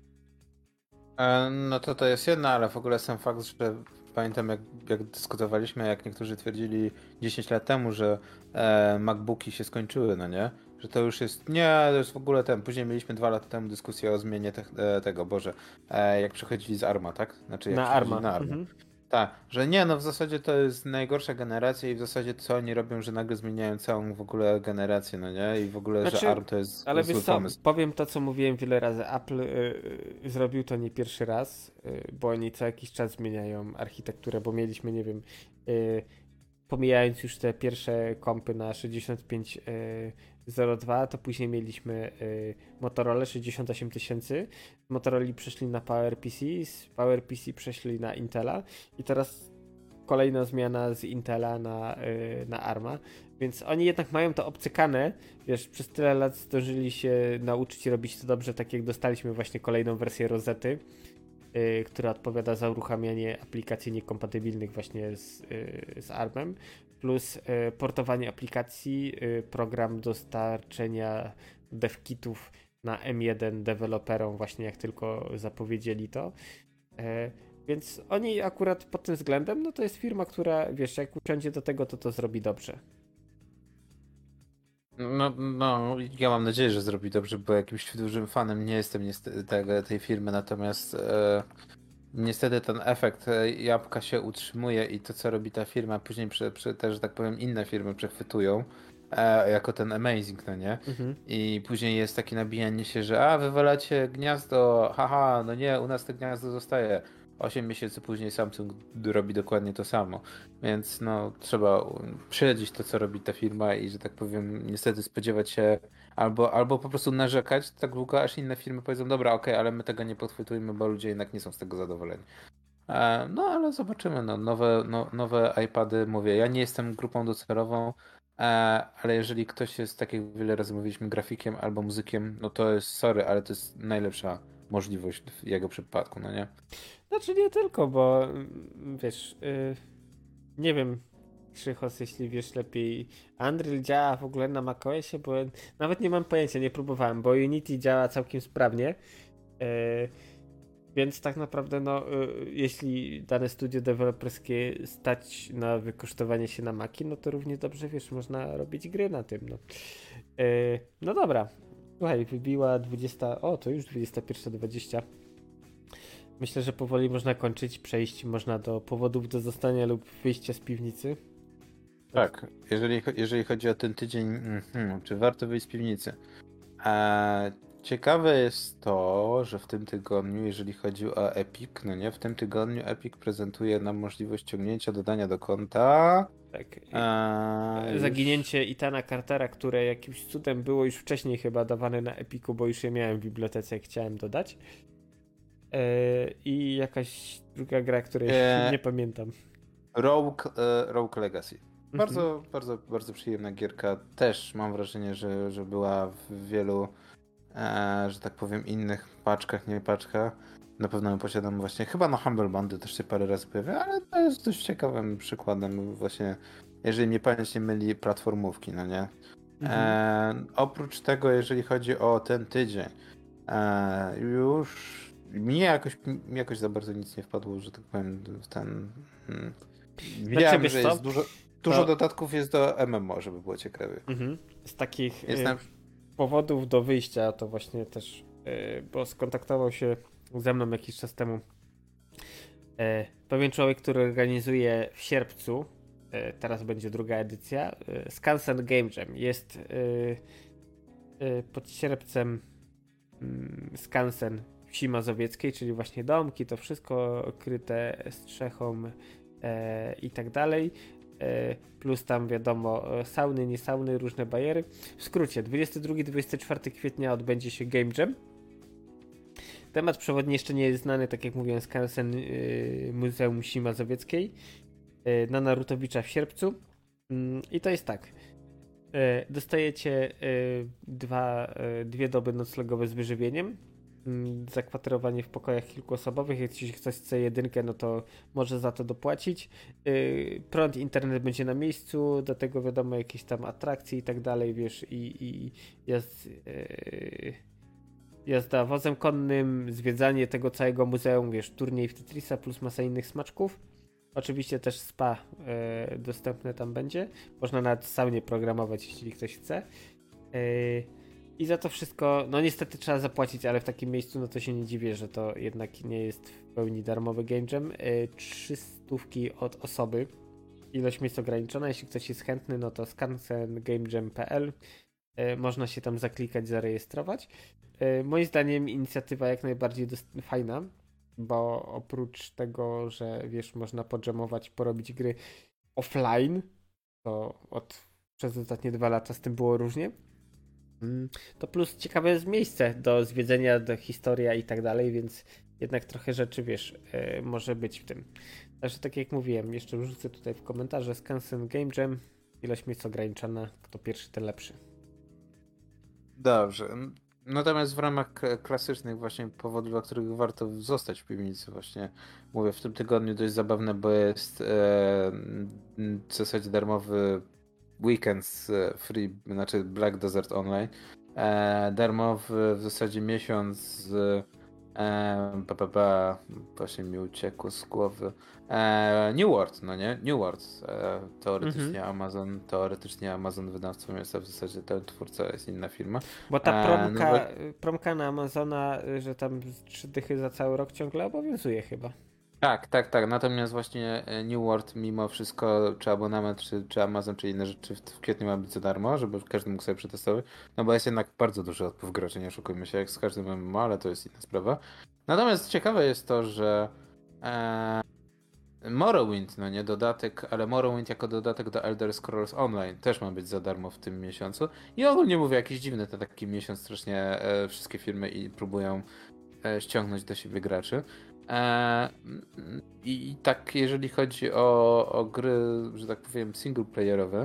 E, no to to jest jedna, ale w ogóle sam fakt, że pamiętam jak, jak dyskutowaliśmy, jak niektórzy twierdzili dziesięć lat temu, że e, MacBooki się skończyły, no nie? że to już jest, nie, to jest w ogóle ten, później mieliśmy dwa lata temu dyskusję o zmianie te, e, tego, Boże, e, jak przechodzili z Arma, tak? Znaczy jak Na przechodzili Arma. na Arma. Mhm. Tak, że nie, no w zasadzie to jest najgorsza generacja i w zasazie co oni robią, że nagle zmieniają całą w ogóle generację, no nie? I w ogóle, Znaczy, że Arm to jest ale zły wiesz co, pomysł. powiem to, co mówiłem wiele razy. Apple y, y, zrobił to nie pierwszy raz, y, bo oni co jakiś czas zmieniają architekturę, bo mieliśmy, nie wiem, y, pomijając już te pierwsze kompy na sześćdziesiąt pięć zero dwa, to później mieliśmy y, Motorola sześćdziesiąt osiem tysięcy. Z Motorola przeszli na PowerPC, z PowerPC przeszli na Intela i teraz kolejna zmiana z Intela na, y, na Arma. Więc oni jednak mają to obcykane. Wiesz, przez tyle lat zdążyli się nauczyć robić to dobrze, tak jak dostaliśmy właśnie kolejną wersję Rosety, y, która odpowiada za uruchamianie aplikacji niekompatybilnych właśnie z, y, z Armem, plus y, portowanie aplikacji, y, program dostarczenia devkitów na M jeden deweloperom właśnie jak tylko zapowiedzieli to. Y, więc oni akurat pod tym względem, no to jest firma, która, wiesz, jak usiądzie do tego, to to zrobi dobrze. No, no, ja mam nadzieję, że zrobi dobrze, bo jakimś dużym fanem nie jestem niestety tego, tej firmy, natomiast e, niestety ten efekt e, jabłka się utrzymuje i to, co robi ta firma, później prze, prze, też, że tak powiem, inne firmy przechwytują, e, jako ten Amazing, no nie? Mhm. I później jest takie nabijanie się, że a, wywalacie gniazdo, haha, no nie, u nas to gniazdo zostaje. Osiem miesięcy później Samsung robi dokładnie to samo. Więc no, trzeba śledzić to, co robi ta firma i, że tak powiem, niestety spodziewać się albo, albo po prostu narzekać tak długo, aż inne firmy powiedzą, dobra, okej, ale my tego nie podchwytujemy, bo ludzie jednak nie są z tego zadowoleni. E, no, ale zobaczymy, no, nowe, no, nowe iPady, mówię, ja nie jestem grupą docelową, e, ale jeżeli ktoś jest, tak jak wiele razy mówiliśmy, grafikiem albo muzykiem, no to jest, sorry, ale to jest najlepsza możliwość w jego przypadku, no nie? Znaczy nie tylko, bo mm, wiesz, yy, nie wiem, Krzychos, jeśli wiesz lepiej, Unreal działa w ogóle na macOSie, bo nawet nie mam pojęcia, nie próbowałem, bo Unity działa całkiem sprawnie, yy, więc tak naprawdę no, yy, jeśli dane studio deweloperskie stać na wykosztowanie się na Maki, no to równie dobrze, wiesz, można robić gry na tym, no. Yy, no dobra, słuchaj, wybiła dwudziesta, o to już dwudziesta pierwsza dwadzieścia. Myślę, że powoli można kończyć, przejść można do powodów do zostania lub wyjścia z piwnicy. Tak, jeżeli, jeżeli chodzi o ten tydzień, hmm, czy warto wyjść z piwnicy? E, ciekawe jest to, że w tym tygodniu, jeżeli chodzi o Epic, no nie, w tym tygodniu Epic prezentuje nam możliwość ściągnięcia, dodania do konta. Tak. E, Zaginięcie już... Ethana Cartera, które jakimś cudem było już wcześniej chyba dawane na Epiku, bo już je miałem w bibliotece, jak chciałem dodać. E, I jakaś druga gra, której e... nie pamiętam. Rogue, e, Rogue Legacy. Bardzo, mhm. bardzo, bardzo przyjemna gierka. Też mam wrażenie, że, że była w wielu, e, że tak powiem, innych paczkach, nie paczkach. Na pewno ją posiadam właśnie, chyba na Humble Bundle też się parę razy pojawia, ale to jest dość ciekawym przykładem właśnie, jeżeli mnie pamięć nie myli, platformówki, no nie? Mhm. E, oprócz tego, jeżeli chodzi o ten tydzień, e, już mnie jakoś, mi jakoś za bardzo nic nie wpadło, że tak powiem, w ten... Hmm. Widziałem, że jest dużo... Dużo to... dodatków jest do M M O, żeby było ciekawie. Mhm. Z takich Jestem... y, powodów do wyjścia to właśnie też, y, bo skontaktował się ze mną jakiś czas temu y, pewien człowiek, który organizuje w sierpcu, y, teraz będzie druga edycja, y, Skansen Game Jam. Jest y, y, pod Sierpcem y, Skansen wsi mazowieckiej, czyli właśnie domki, to wszystko kryte strzechą y, i tak dalej. Plus tam wiadomo sauny, nie sauny, różne bajery. W skrócie, dwudziestego drugiego do dwudziestego czwartego kwietnia odbędzie się Game Jam. Temat przewodni jeszcze nie jest znany, tak jak mówiłem, Skansen yy, Muzeum Wsi Mazowieckiej yy, na Narutowicza w sierpcu. Yy, I to jest tak. Yy, dostajecie yy, dwa, yy, dwie doby noclegowe z wyżywieniem. Zakwaterowanie w pokojach kilkuosobowych. Jeśli ktoś chce jedynkę, no to może za to dopłacić. Yy, prąd, internet będzie na miejscu, do tego wiadomo jakieś tam atrakcje i tak dalej, wiesz, i, i jazd, yy, jazda wozem konnym, zwiedzanie tego całego muzeum, wiesz, turniej w Tetrisa plus masa innych smaczków. Oczywiście też spa yy, dostępne tam będzie. Można nawet sam nie programować, jeśli ktoś chce. Yy, I za to wszystko, no niestety trzeba zapłacić, ale w takim miejscu no to się nie dziwię, że to jednak nie jest w pełni darmowy game jam. Yy, trzy stówki od osoby. Ilość miejsc ograniczona, jeśli ktoś jest chętny, no to skansen game jam kropka p l. Yy, można się tam zaklikać, zarejestrować. Yy, moim zdaniem inicjatywa jak najbardziej dost- fajna, bo oprócz tego, że wiesz, można podżemować, porobić gry offline, to od przez ostatnie dwa lata z tym było różnie. To plus ciekawe jest miejsce do zwiedzenia, do historia i tak dalej, więc jednak trochę rzeczy, wiesz, yy, może być w tym. Także tak jak mówiłem, jeszcze wrzucę tutaj w komentarze Skansen Game Jam, ilość miejsc ograniczona, kto pierwszy, ten lepszy. Dobrze. Natomiast w ramach klasycznych właśnie powodów, dla których warto zostać w piwnicy właśnie, mówię, w tym tygodniu dość zabawne, bo jest e, w zasadzie darmowy weekend z free, znaczy Black Desert Online. E, darmowy w zasadzie miesiąc z e, ba, ba, ba, właśnie mi uciekło z głowy. E, New World, no nie? New World. E, teoretycznie mhm. Amazon, teoretycznie Amazon wydawcą jest, a w zasadzie ten twórca jest inna firma. Bo ta promka, e, no bo... promka na Amazona, że tam trzy dychy za cały rok ciągle obowiązuje chyba. Tak, tak, tak. Natomiast właśnie New World mimo wszystko, czy abonament, czy, czy Amazon, czy inne rzeczy w, w kwietniu ma być za darmo, żeby każdy mógł sobie przetestować. No bo jest jednak bardzo duży odpływ graczy, nie oszukujmy się, jak z każdym M M O, ale to jest inna sprawa. Natomiast ciekawe jest to, że e, Morrowind, no nie dodatek, ale Morrowind jako dodatek do Elder Scrolls Online też ma być za darmo w tym miesiącu. I ogólnie mówię, jakiś dziwny to taki miesiąc, strasznie e, wszystkie firmy i próbują e, ściągnąć do siebie graczy. E, I tak jeżeli chodzi o, o gry, że tak powiem, singleplayerowe,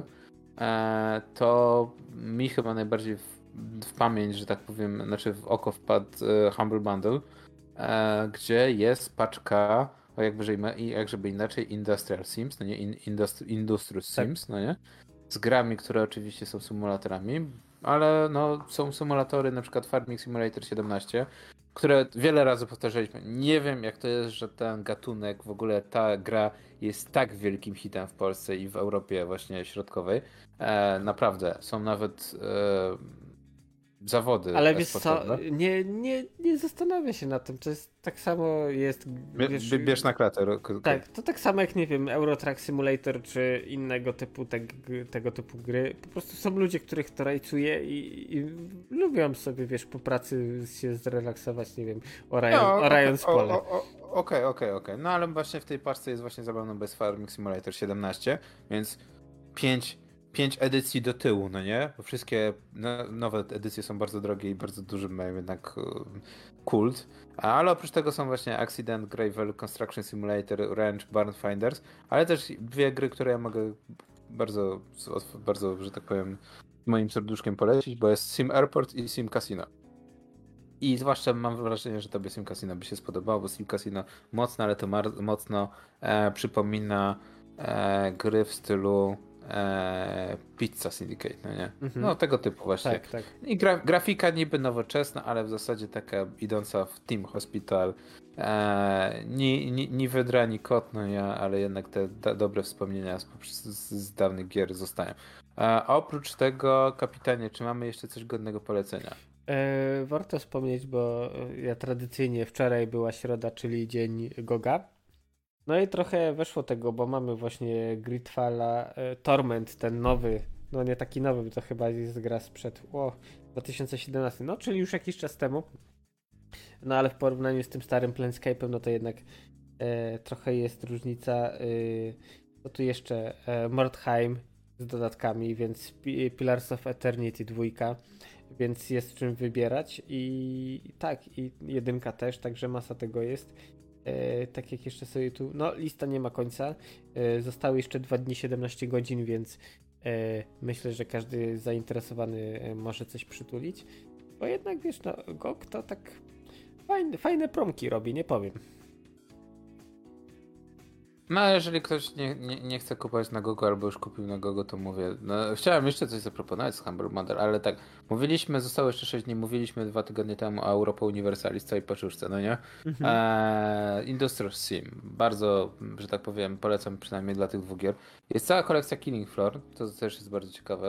e, to mi chyba najbardziej w, w pamięć, że tak powiem, znaczy w oko wpadł e, Humble Bundle, e, gdzie jest paczka, o jakby, jak żeby inaczej, Industrial Sims, no nie, Industri- Industrious tak. Sims, no nie, z grami, które oczywiście są symulatorami, ale no są symulatory, na przykład Farming Simulator siedemnaście, które wiele razy powtarzaliśmy. Nie wiem, jak to jest, że ten gatunek, w ogóle ta gra jest tak wielkim hitem w Polsce i w Europie właśnie środkowej. E, naprawdę, są nawet e, zawody. Ale wiesz co, nie, nie, nie zastanawiam się nad tym, to jest tak samo jest... Wiesz, bierz na klatę. Tak, to tak samo jak, nie wiem, Euro Truck Simulator czy innego typu te, tego typu gry. Po prostu są ludzie, których to rajcuje i, i lubią sobie, wiesz, po pracy się zrelaksować, nie wiem, orając, no, orając okay, pole. Okej, okej, okej. No ale właśnie w tej paczce jest właśnie zabawno bez Farming Simulator siedemnaście, więc pięć pięć edycji do tyłu, no nie? Bo wszystkie no, nowe edycje są bardzo drogie i bardzo duży mają jednak kult. Ale oprócz tego są właśnie Accident, Gravel, Construction Simulator, Ranch, Barn Finders, ale też dwie gry, które ja mogę bardzo, bardzo, że tak powiem, moim serduszkiem polecić, bo jest Sim Airport i Sim Casino. I zwłaszcza mam wrażenie, że tobie Sim Casino by się spodobało, bo Sim Casino mocno, ale to mar- mocno e, przypomina e, gry w stylu e, Pizza Syndicate, no nie? Mhm. No tego typu właśnie. Tak, tak. I gra- grafika niby nowoczesna, ale w zasadzie taka idąca w Team Hospital. E, ni, ni, ni wydra, ni kot, no nie, ale jednak te, te dobre wspomnienia z, z, z dawnych gier zostają. E, a oprócz tego, kapitanie, czy mamy jeszcze coś godnego polecenia? E, warto wspomnieć, bo ja tradycyjnie wczoraj była środa, czyli dzień Goga. No i trochę weszło tego, bo mamy właśnie Gridfalla, e, Torment, ten nowy, no nie taki nowy, to chyba jest gra sprzed o, dwa tysiące siedemnaście, no czyli już jakiś czas temu. No ale w porównaniu z tym starym Planescape'em, no to jednak e, trochę jest różnica. E, to tu jeszcze e, Mordheim z dodatkami, więc P- Pillars of Eternity dwójka, więc jest czym wybierać i tak, i jedynka też, także masa tego jest. E, tak jak jeszcze sobie tu, no lista nie ma końca, e, zostały jeszcze dwa dni, siedemnaście godzin, więc e, myślę, że każdy zainteresowany e, może coś przytulić, bo jednak wiesz, no G O G to tak fajne, fajne promki robi, nie powiem. No a jeżeli ktoś nie, nie, nie chce kupować na Gogo albo już kupił na Gogo, to mówię, no chciałem jeszcze coś zaproponować z Humble Bundle, ale tak, mówiliśmy, zostało jeszcze sześć dni, mówiliśmy dwa tygodnie temu o Europa Universalis, całej paczuszce, no nie? Mhm. Eee, Industrial Sim, bardzo, że tak powiem, polecam przynajmniej dla tych dwóch gier. Jest cała kolekcja Killing Floor, to też jest bardzo ciekawe.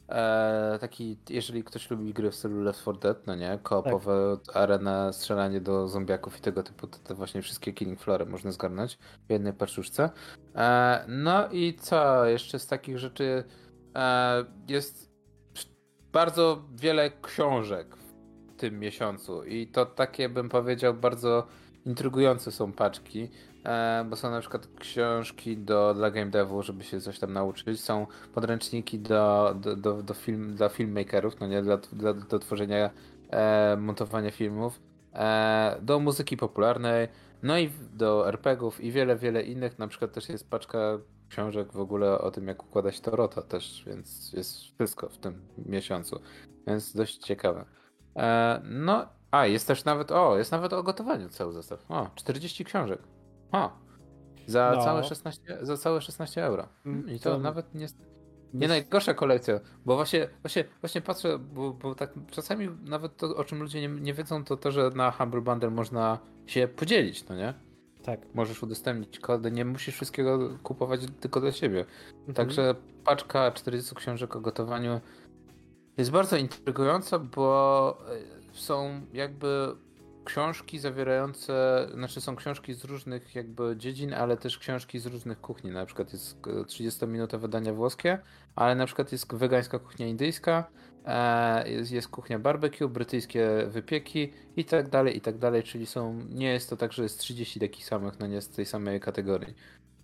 E, taki, jeżeli ktoś lubi gry w stylu Left four Dead, no nie, koopowe, tak. Arena, strzelanie do zombiaków i tego typu, to, to właśnie wszystkie Killing Flory można zgarnąć w jednej paczuszce. E, no i co, jeszcze z takich rzeczy e, jest bardzo wiele książek w tym miesiącu i to takie, bym powiedział, bardzo intrygujące są paczki, e, bo są na przykład książki do, dla game devu, żeby się coś tam nauczyć, są podręczniki do, do, do, do film, dla filmmakerów, no nie, dla, dla, do tworzenia, e, montowania filmów, e, do muzyki popularnej, no i do er pe gie ów i wiele, wiele innych, na przykład też jest paczka książek w ogóle o tym, jak układać Torota też, więc jest wszystko w tym miesiącu, więc dość ciekawe. E, no, a jest też nawet, o, jest nawet o gotowaniu cały zestaw. O, czterdzieści książek. O, za, No. całe szesnaście, za całe szesnaście euro. Hmm, I to, to nawet nie, nie Bez... najgorsza kolekcja, bo właśnie, właśnie, właśnie patrzę, bo, bo tak czasami nawet to, o czym ludzie nie, nie wiedzą, to to, że na Humble Bundle można się podzielić, no nie? Tak. Możesz udostępnić kody, nie musisz wszystkiego kupować tylko dla siebie. Mhm. Także paczka czterdzieści książek o gotowaniu jest bardzo intrygująca, bo są jakby książki zawierające, znaczy są książki z różnych jakby dziedzin, ale też książki z różnych kuchni. Na przykład jest trzydziestominutowe dania włoskie, ale na przykład jest wegańska kuchnia indyjska, jest, jest kuchnia barbecue, brytyjskie wypieki i tak dalej, i tak dalej, czyli są, nie jest to tak, że jest trzydzieści takich samych, no nie z tej samej kategorii.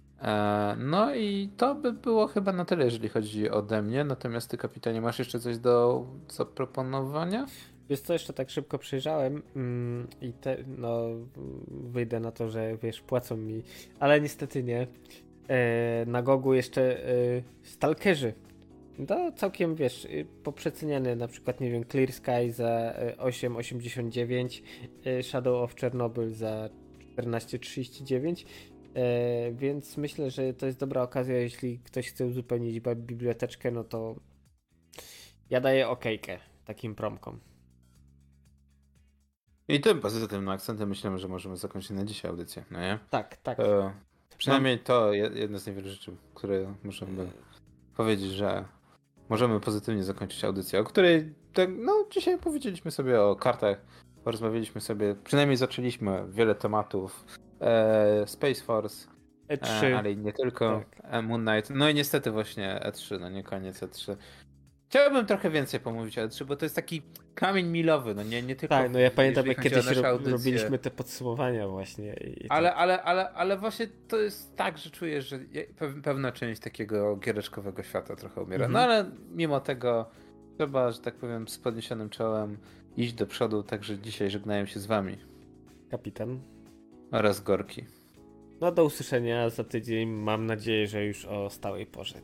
No i to by było chyba na tyle, jeżeli chodzi ode mnie. Natomiast ty, kapitanie, masz jeszcze coś do zaproponowania? Wiesz co, jeszcze tak szybko przejrzałem mm, i te, no wyjdę na to, że wiesz, płacą mi, ale niestety nie. E, na Gogu jeszcze e, Stalkerzy. To całkiem, wiesz, poprzeceniany, na przykład, nie wiem, Clear Sky za osiem osiemdziesiąt dziewięć, Shadow of Chernobyl za czternaście trzydzieści dziewięć. E, więc myślę, że to jest dobra okazja, jeśli ktoś chce uzupełnić biblioteczkę, no to ja daję okejkę takim promkom. I tym pozytywnym akcentem myślę, że możemy zakończyć na dzisiaj audycję, no nie? Tak, tak. E, przynajmniej Mam... to jedno z niewielu rzeczy, które możemy powiedzieć, że możemy pozytywnie zakończyć audycję, o której tak, no dzisiaj powiedzieliśmy sobie o kartach, porozmawialiśmy sobie, przynajmniej zaczęliśmy wiele tematów, e, Space Force, E trzy, e, ale i nie tylko, tak. e, Moon Knight, no i niestety właśnie E trzy, no nie koniec E trzy. Chciałbym trochę więcej pomówić o E trzy, bo to jest taki kamień milowy, no nie, nie tylko... Tak, no ja pamiętam, jak kiedyś ro- robiliśmy te podsumowania właśnie. I ale, tak. ale, ale, ale właśnie to jest tak, że czuję, że pewna część takiego giereczkowego świata trochę umiera. Mhm. No ale mimo tego trzeba, że tak powiem, z podniesionym czołem iść do przodu, także dzisiaj żegnają się z wami. Kapitan. Oraz Gorki. No do usłyszenia za tydzień, mam nadzieję, że już o stałej porze.